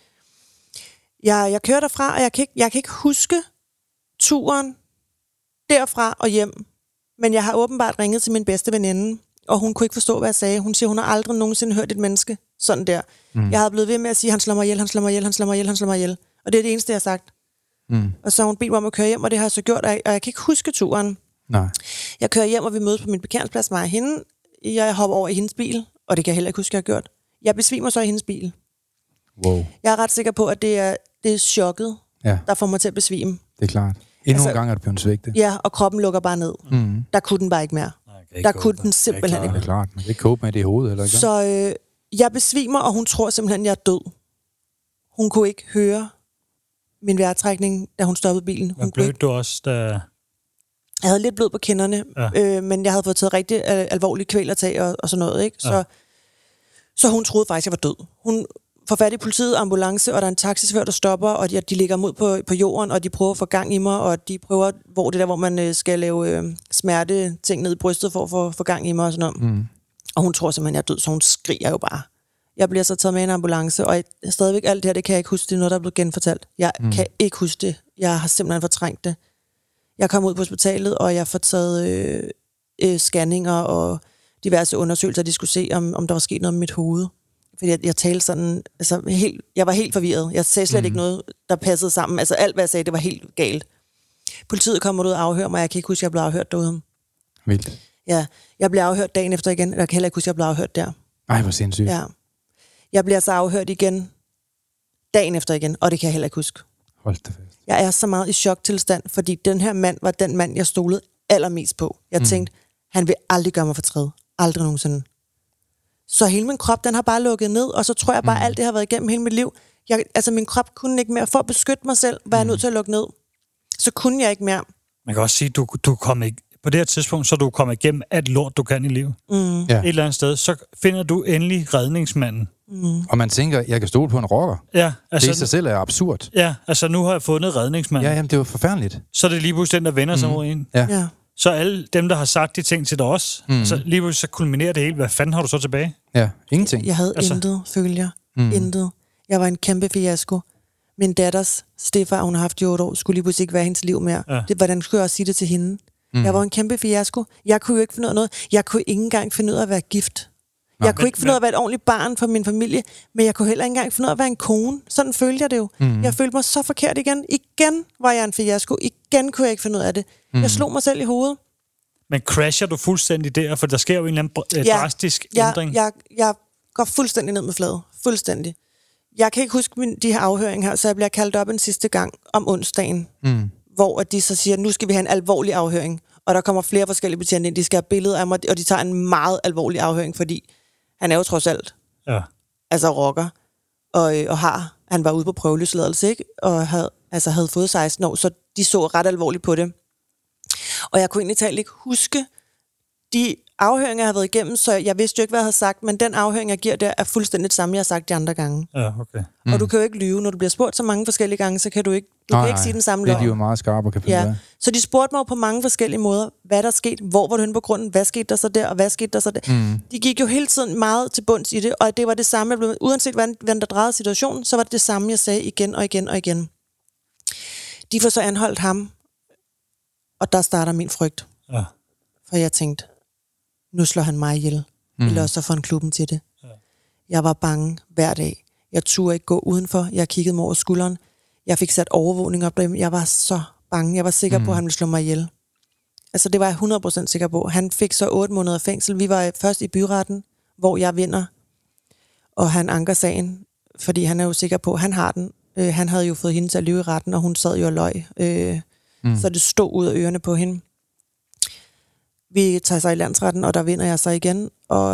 [SPEAKER 3] Jeg kører derfra, og jeg kan ikke huske turen derfra og hjem, men jeg har åbenbart ringet til min bedste veninde, og hun kunne ikke forstå, hvad jeg sagde. Hun siger, hun har aldrig nogensinde hørt et menneske sådan der. Jeg havde blevet ved med at sige, han slår mig ihjel, han slår mig ihjel, han slår mig ihjel, han slår mig ihjel. Og det er det eneste, jeg har sagt. Og så har hun bedt mig om at køre hjem, og det har jeg så gjort, og jeg kan ikke huske turen. Nej. Jeg kører hjem, og vi mødes på min parkeringsplads, mig og hende. Jeg hopper over i hendes bil, og det kan jeg heller ikke huske, jeg har gjort. Jeg besvimer så i hendes bil. Wow. Jeg er ret sikker på, at det er chokket, der får mig til at besvime.
[SPEAKER 1] Det er klart. Endnu en gang er det blevet svigtet.
[SPEAKER 3] Ja, og kroppen lukker bare ned. Der kunne den bare ikke mere. Der kunne den simpelthen ikke.
[SPEAKER 1] Det er klart. Man kan ikke cope med det i hovedet, eller ikke?
[SPEAKER 3] Så jeg besvimer, og hun tror simpelthen, jeg er død. Hun kunne ikke høre min vejrtrækning, da hun stoppede bilen.
[SPEAKER 2] Hun blødte du også, da...
[SPEAKER 3] Jeg havde lidt blod på kinderne, men jeg havde fået taget rigtig alvorlige kvælertag og sådan noget, ikke? Så hun troede faktisk, jeg var død. Hun får fat i politiet, ambulance, og der er en taxichauffør, der stopper, og de ligger mod på jorden, og de prøver at få gang i mig, og de prøver, hvor man skal lave smerteting ned i brystet for at få gang i mig og sådan noget. Og hun tror simpelthen, jeg er død, så hun skriger jo bare. Jeg bliver så taget med en ambulance, og stadigvæk alt det her, det kan jeg ikke huske. Det er noget, der er blevet genfortalt. Jeg kan ikke huske det. Jeg har simpelthen fortrængt det. Jeg kom ud på hospitalet, og jeg får taget scanninger og diverse undersøgelser, de skulle se, om der var sket noget med mit hoved. Fordi jeg talte sådan, altså jeg var helt forvirret. Jeg sagde slet ikke noget, der passede sammen. Altså alt, hvad jeg sagde, det var helt galt. Politiet kommer ud og afhører mig, jeg kan ikke huske, at jeg blev afhørt derude.
[SPEAKER 1] Vildt.
[SPEAKER 3] Ja, jeg blev afhørt dagen efter igen, jeg kan heller ikke huske, at jeg blev afhørt der.
[SPEAKER 1] Ej, hvor sindssygt.
[SPEAKER 3] Ja. Jeg bliver så afhørt igen, dagen efter igen, og det kan jeg heller ikke huske.
[SPEAKER 1] Hold da fast.
[SPEAKER 3] Jeg er så meget i choktilstand, fordi den her mand var den mand, jeg stolede allermest på. Jeg tænkte, han vil aldrig gøre mig fortræd. Aldrig nogensinde. Så hele min krop, den har bare lukket ned, og så tror jeg bare, alt det har været igennem hele mit liv. Min krop kunne ikke mere. For at beskytte mig selv, var jeg nødt til at lukke ned. Så kunne jeg ikke mere.
[SPEAKER 2] Man kan også sige, du kom ikke... På det her tidspunkt, så er du kommet igennem alt lort, du kan i livet.
[SPEAKER 1] Ja.
[SPEAKER 2] Et eller andet sted, så finder du endelig redningsmanden.
[SPEAKER 1] Og man tænker, jeg kan stole på en rocker.
[SPEAKER 2] Ja, altså,
[SPEAKER 1] Det i sig selv er absurd.
[SPEAKER 2] Ja, altså nu har jeg fundet redningsmanden.
[SPEAKER 1] Ja, jamen, det var forfærdeligt.
[SPEAKER 2] Så er det lige pludselig den, der vender sig mod en.
[SPEAKER 1] Ja.
[SPEAKER 2] Så alle dem, der har sagt de ting til dig også, så lige pludselig så kulminerer det hele. Hvad fanden har du så tilbage?
[SPEAKER 1] Ja, ingenting.
[SPEAKER 3] Jeg havde intet, følger. Intet. Jeg var en kæmpe fiasko. Min datters stefar, hun har haft i 8 år, skulle lige pludselig ikke være hendes liv mere.
[SPEAKER 2] Ja.
[SPEAKER 3] Hvordan skulle jeg også sige det til hende? Jeg var en kæmpe fiasko. Jeg kunne jo ikke finde ud af noget. Jeg kunne ikke engang finde ud af at være gift. Jeg kunne ikke finde ud af at være et ordentligt barn for min familie, men jeg kunne heller ikke engang finde ud af at være en kone. Sådan følte jeg det jo. Jeg følte mig så forkert igen. Igen var jeg en fiasko. Igen kunne jeg ikke finde ud af det. Jeg slog mig selv i hovedet.
[SPEAKER 2] Men crasher du fuldstændig der? For der sker jo en eller anden drastisk ændring.
[SPEAKER 3] Jeg går fuldstændig ned med fladet. Fuldstændig. Jeg kan ikke huske de her afhøringer her, så jeg bliver kaldt op en sidste gang om onsdagen, hvor de så siger, nu skal vi have en alvorlig afhøring. Og der kommer flere forskellige betjente ind, de skal have billeder af mig, og de tager en meget alvorlig afhøring, fordi han er jo trods alt rocker, og han var ude på prøveløsladelse, ikke? Og havde fået 16 år, så de så ret alvorligt på det. Og jeg kunne egentlig talt ikke huske de afhøringer, jeg har været igennem, så jeg vidste jo ikke, hvad jeg havde sagt, men den afhøring, jeg giver der, er fuldstændig det samme, jeg har sagt de andre gange.
[SPEAKER 2] Ja, okay.
[SPEAKER 3] Og du kan jo ikke lyve. Når du bliver spurgt så mange forskellige gange, så kan du ikke, ikke sige den samme løgn.
[SPEAKER 1] Det er jo meget skarpe og kan finde af.
[SPEAKER 3] Så de spurgte mig jo på mange forskellige måder, hvad der skete, hvor var du henne på grunden, hvad skete der så der, og hvad skete der så der. De gik jo hele tiden meget til bunds i det, og det var det samme, jeg blev, uanset hvordan der drejede situationen, så var det det samme, jeg sagde igen og igen og igen. De får så anholdt ham, og der starter min frygt.
[SPEAKER 2] Ja.
[SPEAKER 3] For jeg tænkte, nu slår han mig ihjel. Eller også så får han klubben til det. Ja. Jeg var bange hver dag. Jeg turde ikke gå udenfor. Jeg kiggede mig over skulderen. Jeg fik sat overvågning op derhjemme. Jeg var så bange. Jeg var sikker på, at han ville slå mig ihjel. Altså, det var jeg 100% sikker på. Han fik så 8 måneder fængsel. Vi var først i byretten, hvor jeg vinder. Og han anker sagen, fordi han er jo sikker på, at han har den. Han havde jo fået hende til at lyve i retten, og hun sad jo og løg. Så det stod ud af ørerne på hende. Vi tager sig i landsretten, og der vinder jeg så igen. Og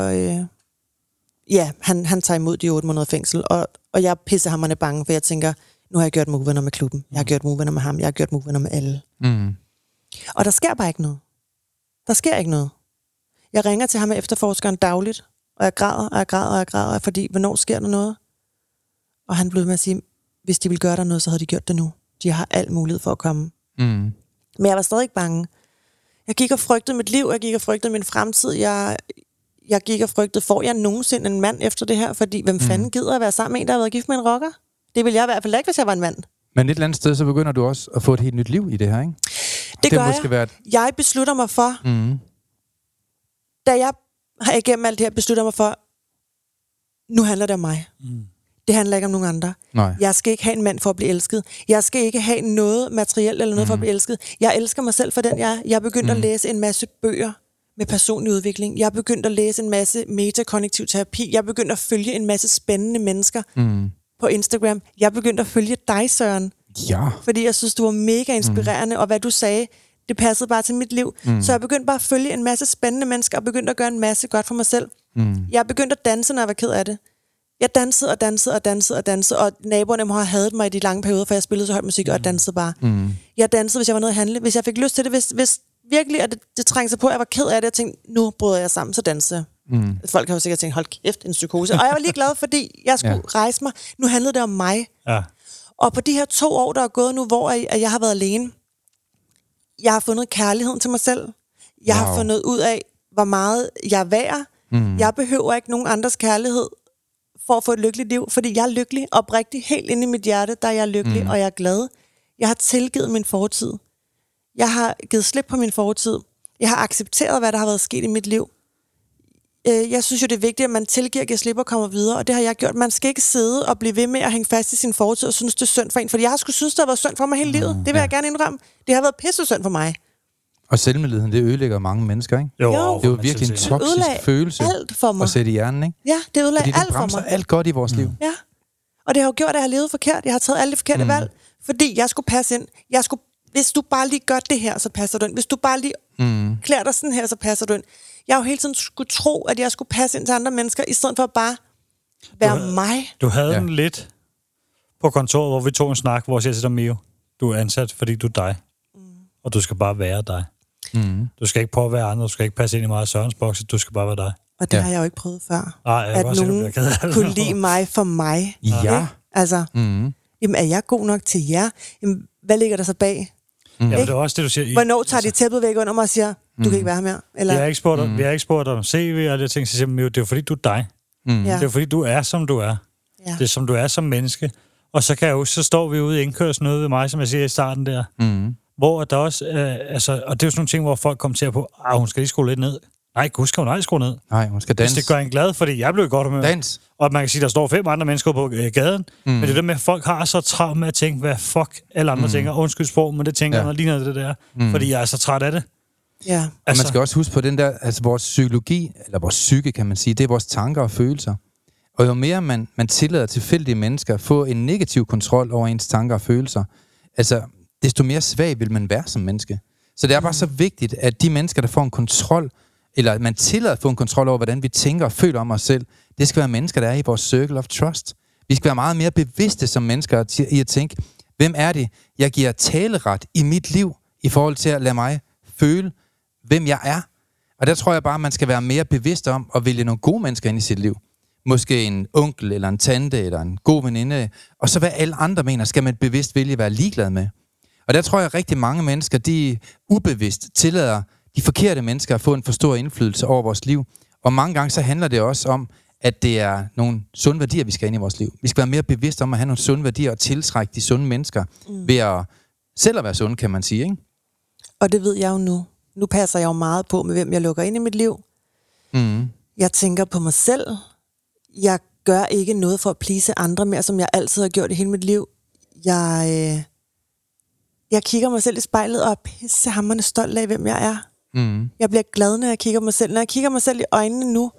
[SPEAKER 3] han tager imod de 8 måneder fængsel. Og jeg pisser hammerne bange, for jeg tænker, nu har jeg gjort mig uvenner med klubben. Jeg har gjort mig uvenner med ham. Jeg har gjort mig uvenner med alle. Og der sker bare ikke noget. Der sker ikke noget. Jeg ringer til ham med efterforskeren dagligt, og jeg græder, fordi hvornår sker der noget? Og han blev med at sige, hvis de ville gøre der noget, så havde de gjort det nu. De har al mulighed for at komme. Men jeg var stadig ikke bange. Jeg gik og frygtede mit liv, jeg gik og frygtede min fremtid, jeg gik og frygtede, får jeg nogensinde en mand efter det her? Fordi hvem fanden gider at være sammen med en, der har været gift med en rocker? Det ville jeg i hvert fald ikke, hvis jeg var en mand. Men
[SPEAKER 1] et eller andet sted, så begynder du også at få et helt nyt liv i det her, ikke?
[SPEAKER 3] Det gør jeg. Jeg beslutter mig for, da jeg har igennem alt det her, beslutter mig for, nu handler det om mig. Det handler ikke om nogen andre.
[SPEAKER 1] Nej.
[SPEAKER 3] Jeg skal ikke have en mand for at blive elsket. Jeg skal ikke have noget materielt eller noget for at blive elsket. Jeg elsker mig selv for den, jeg er. Jeg er begyndt at læse en masse bøger med personlig udvikling. Jeg er begyndt at læse en masse metakognitiv terapi. Jeg er begyndt at følge en masse spændende mennesker på Instagram. Jeg er begyndt at følge dig, Søren.
[SPEAKER 1] Ja.
[SPEAKER 3] Fordi jeg synes, du var mega inspirerende, og hvad du sagde, det passede bare til mit liv. Så jeg begyndte bare at følge en masse spændende mennesker, og begyndte at gøre en masse godt for mig selv. Jeg er begyndt at danse, når jeg var ked af det. Jeg dansede, og naboerne må have hadet mig i de lange perioder, for jeg spillede så højt musik, og jeg dansede bare. Jeg dansede, hvis jeg var nede at handle. Hvis jeg fik lyst til det, hvis virkelig at det trængte sig på, at jeg var ked af det, jeg tænkte, nu bryder jeg sammen, så dansede jeg. Folk har jo sikkert tænkt, hold kæft, en psykose. Og jeg var lige glad, fordi jeg skulle rejse mig. Nu handlede det om mig. Ja. Og på de her 2 år, der er gået nu, hvor jeg har været alene, jeg har fundet kærligheden til mig selv. Jeg har fundet ud af, hvor meget jeg er værd. Jeg behøver ikke nogen andres kærlighed for at få et lykkeligt liv, fordi jeg er lykkelig, oprigtigt, helt inde i mit hjerte, der er jeg lykkelig, og jeg er glad. Jeg har tilgivet min fortid. Jeg har givet slip på min fortid. Jeg har accepteret, hvad der har været sket i mit liv. Jeg synes jo, det er vigtigt, at man tilgiver, giver slip og kommer videre, og det har jeg gjort. Man skal ikke sidde og blive ved med at hænge fast i sin fortid og synes, det er synd for en, fordi jeg har sgu synes, det har været synd for mig hele livet. Det vil jeg gerne indrømme. Det har været pisse synd for mig.
[SPEAKER 1] Og selvmedlidenhed, det ødelægger mange mennesker, ikke?
[SPEAKER 3] Jo.
[SPEAKER 1] Det er jo virkelig en toksisk følelse
[SPEAKER 3] alt for mig.
[SPEAKER 1] at sætte i hjernen, ikke?
[SPEAKER 3] Ja, det ødelagde alt for mig.
[SPEAKER 1] Fordi det bremser alt godt i vores liv.
[SPEAKER 3] Ja, og det har jo gjort, at jeg har levet forkert. Jeg har taget alle de forkerte valg, fordi jeg skulle passe ind. Hvis du bare lige gør det her, så passer du ind. Hvis du bare lige klæder dig sådan her, så passer du ind. Jeg har jo hele tiden skulle tro, at jeg skulle passe ind til andre mennesker, i stedet for at bare være mig.
[SPEAKER 2] Du havde den lidt på kontoret, hvor vi tog en snak, hvor jeg siger til dig, Mio, du er ansat, fordi du er dig. Og du skal bare være dig. Du skal ikke prøve at være andre, du skal ikke passe ind i meget Sørens bokse, du skal bare være dig.
[SPEAKER 3] Og det har jeg jo ikke prøvet før.
[SPEAKER 2] Nej,
[SPEAKER 3] at nogen kunne lide mig for mig.
[SPEAKER 1] Ja.
[SPEAKER 3] Altså, jamen, er jeg god nok til jer? Jamen, hvad ligger der så bag?
[SPEAKER 2] Ja, men det er også det, du siger.
[SPEAKER 3] Hvornår tager de tæppet væk under mig og siger, du kan ikke være her mere? Eller?
[SPEAKER 2] Vi har ikke spurgt om CV og det ting, så siger man, det er fordi, du er dig. Det er fordi, du er, som du er. Ja. Det er, som du er som menneske. Og så kan jeg huske, så står vi ude i indkørslen ude ved mig, som jeg siger i starten der, hvor der også, og det er jo sådan nogle ting, hvor folk kommenterer på, hun skal lige skrue lidt ned. Nej, gud skal hun aldrig skrue ned.
[SPEAKER 1] Nej, hun skal danse.
[SPEAKER 2] Hvis det gør en glad, fordi jeg blev godt humør.
[SPEAKER 1] Dans.
[SPEAKER 2] Og man kan sige, der står 5 andre mennesker på gaden, men det er det med, at folk har så travlt med at tænke, hvad fuck alle andre tænker. Undskyld sprog, men det tænker jeg, ligner det der. Fordi jeg er så træt af det.
[SPEAKER 3] Ja.
[SPEAKER 1] Altså, og man skal også huske på den der, altså vores psykologi, eller vores psyke, kan man sige, det er vores tanker og følelser. Og jo mere man tillader tilfældige mennesker at få en negativ kontrol over ens tanker og følelser, altså, desto mere svag vil man være som menneske. Så det er bare så vigtigt, at de mennesker, der får en kontrol, eller at man tillader at få en kontrol over, hvordan vi tænker og føler om os selv, det skal være mennesker, der er i vores circle of trust. Vi skal være meget mere bevidste som mennesker i at tænke, hvem er det, jeg giver taleret i mit liv, i forhold til at lade mig føle, hvem jeg er. Og der tror jeg bare, at man skal være mere bevidst om at vælge nogle gode mennesker ind i sit liv. Måske en onkel, eller en tante, eller en god veninde. Og så hvad alle andre mener, skal man bevidst vælge at være ligeglad med. Og der tror jeg, at rigtig mange mennesker, de ubevidst tillader de forkerte mennesker at få en for stor indflydelse over vores liv. Og mange gange så handler det også om, at det er nogle sunde værdier, vi skal ind i vores liv. Vi skal være mere bevidste om at have nogle sunde værdier og tiltrække de sunde mennesker ved at selv at være sunde, kan man sige, ikke?
[SPEAKER 3] Og det ved jeg jo nu. Nu passer jeg jo meget på med, hvem jeg lukker ind i mit liv. Jeg tænker på mig selv. Jeg gør ikke noget for at please andre mere, som jeg altid har gjort i hele mit liv. Jeg kigger mig selv i spejlet og er pissehamrende stolt af, hvem jeg er. Jeg bliver glad, når jeg kigger mig selv. Når jeg kigger mig selv i øjnene nu,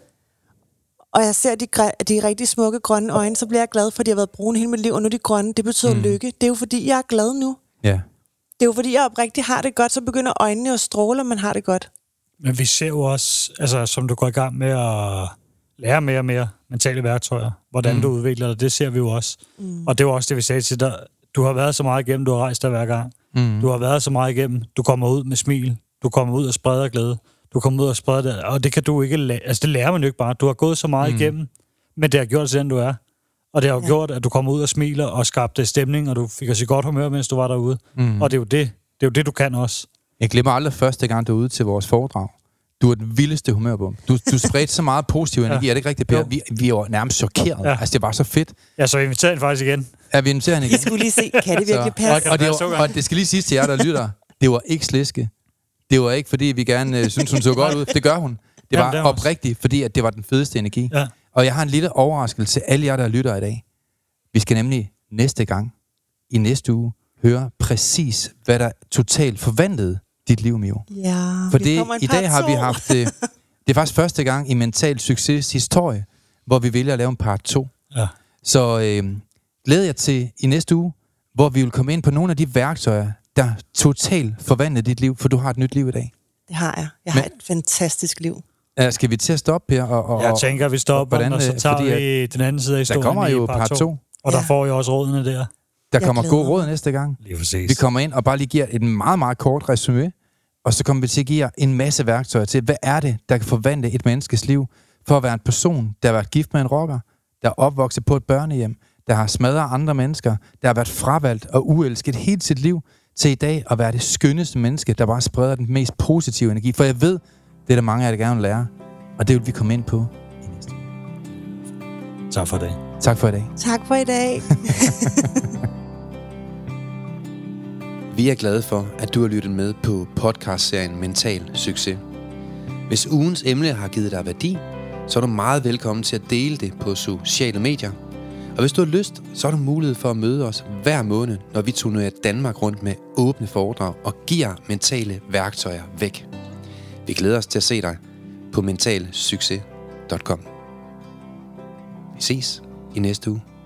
[SPEAKER 3] og jeg ser de rigtig smukke grønne øjne, så bliver jeg glad, fordi jeg har været brun hele mit liv, og nu de grønne, det betyder lykke. Det er jo fordi, jeg er glad nu.
[SPEAKER 1] Ja.
[SPEAKER 3] Det er jo fordi, jeg oprigtigt har det godt, så begynder øjnene at stråle, og man har det godt.
[SPEAKER 2] Men vi ser jo også, altså, som du går i gang med at lære mere og mere mentale værktøjer, hvordan du udvikler det ser vi jo også. Og det var også det, vi sagde til dig. Du har været så meget igennem, du har rejst dig hver gang. Du har været så meget igennem, du kommer ud med smil, du kommer ud og spreder glæde, du kommer ud og spreder det, og det kan du ikke altså det lærer man jo ikke bare. Du har gået så meget igennem, men det har gjort til den, du er. Og det har jo gjort, at du kommer ud og smiler og skabte stemning, og du fik os i godt humør, mens du var derude. Og det er jo det, du kan også. Jeg
[SPEAKER 1] glemmer aldrig første gang, du er ude til vores foredrag. Du er den vildeste humørbom. Du spredte så meget positiv energi. Er det ikke rigtigt, Per? Vi var nærmest chokeret. Ja. Altså, det var så fedt.
[SPEAKER 2] Ja, så inviterer han faktisk igen.
[SPEAKER 1] Ja, vi inviterer han igen.
[SPEAKER 3] Vi skulle lige se, kan det virkelig passe?
[SPEAKER 1] Og det skal lige siges til jer, der lytter. Det var ikke sliske. Det var ikke, fordi vi gerne synes, hun så godt ud. Det gør hun. Det var oprigtigt, fordi at det var den fedeste energi. Ja. Og jeg har en lille overraskelse til alle jer, der lytter i dag. Vi skal nemlig næste gang, i næste uge, høre præcis, hvad der totalt forvandlede dit liv, Mio.
[SPEAKER 3] Ja,
[SPEAKER 1] for i dag har vi haft det er faktisk første gang i Mental Succes historie, hvor vi vælger at lave en part 2. Ja. Så glæder jeg til i næste uge, hvor vi vil komme ind på nogle af de værktøjer, der totalt forvandlede dit liv, for du har et nyt liv i dag.
[SPEAKER 3] Det har jeg. Jeg har et fantastisk liv.
[SPEAKER 1] Skal vi til at stoppe her?
[SPEAKER 2] Jeg tænker, at vi stopper, og så tager vi den anden side af historien.
[SPEAKER 1] Der kommer jo part 2.
[SPEAKER 2] Og der får jo også rådene der.
[SPEAKER 1] Der kommer gode råd næste gang. Vi kommer ind og bare lige giver et meget, meget kort resumé, og så kommer vi til at give jer en masse værktøjer til, hvad er det, der kan forvandle et menneskes liv, for at være en person, der har været gift med en rocker, der er opvokset på et børnehjem, der har smadret andre mennesker, der har været fravalgt og uelsket hele sit liv, til i dag at være det skønneste menneske, der bare spreder den mest positive energi. For jeg ved, det er der mange af jer, der gerne vil lære, og det vil vi komme ind på i næste uge.
[SPEAKER 2] Tak for i dag.
[SPEAKER 1] Tak for i dag.
[SPEAKER 3] Tak for i dag.
[SPEAKER 1] Vi er glade for, at du har lyttet med på podcastserien Mental Succes. Hvis ugens emne har givet dig værdi, så er du meget velkommen til at dele det på sociale medier. Og hvis du har lyst, så har du mulighed for at møde os hver måned, når vi turnerer Danmark rundt med åbne foredrag og giver mentale værktøjer væk. Vi glæder os til at se dig på mentalsucces.com. Vi ses i næste uge.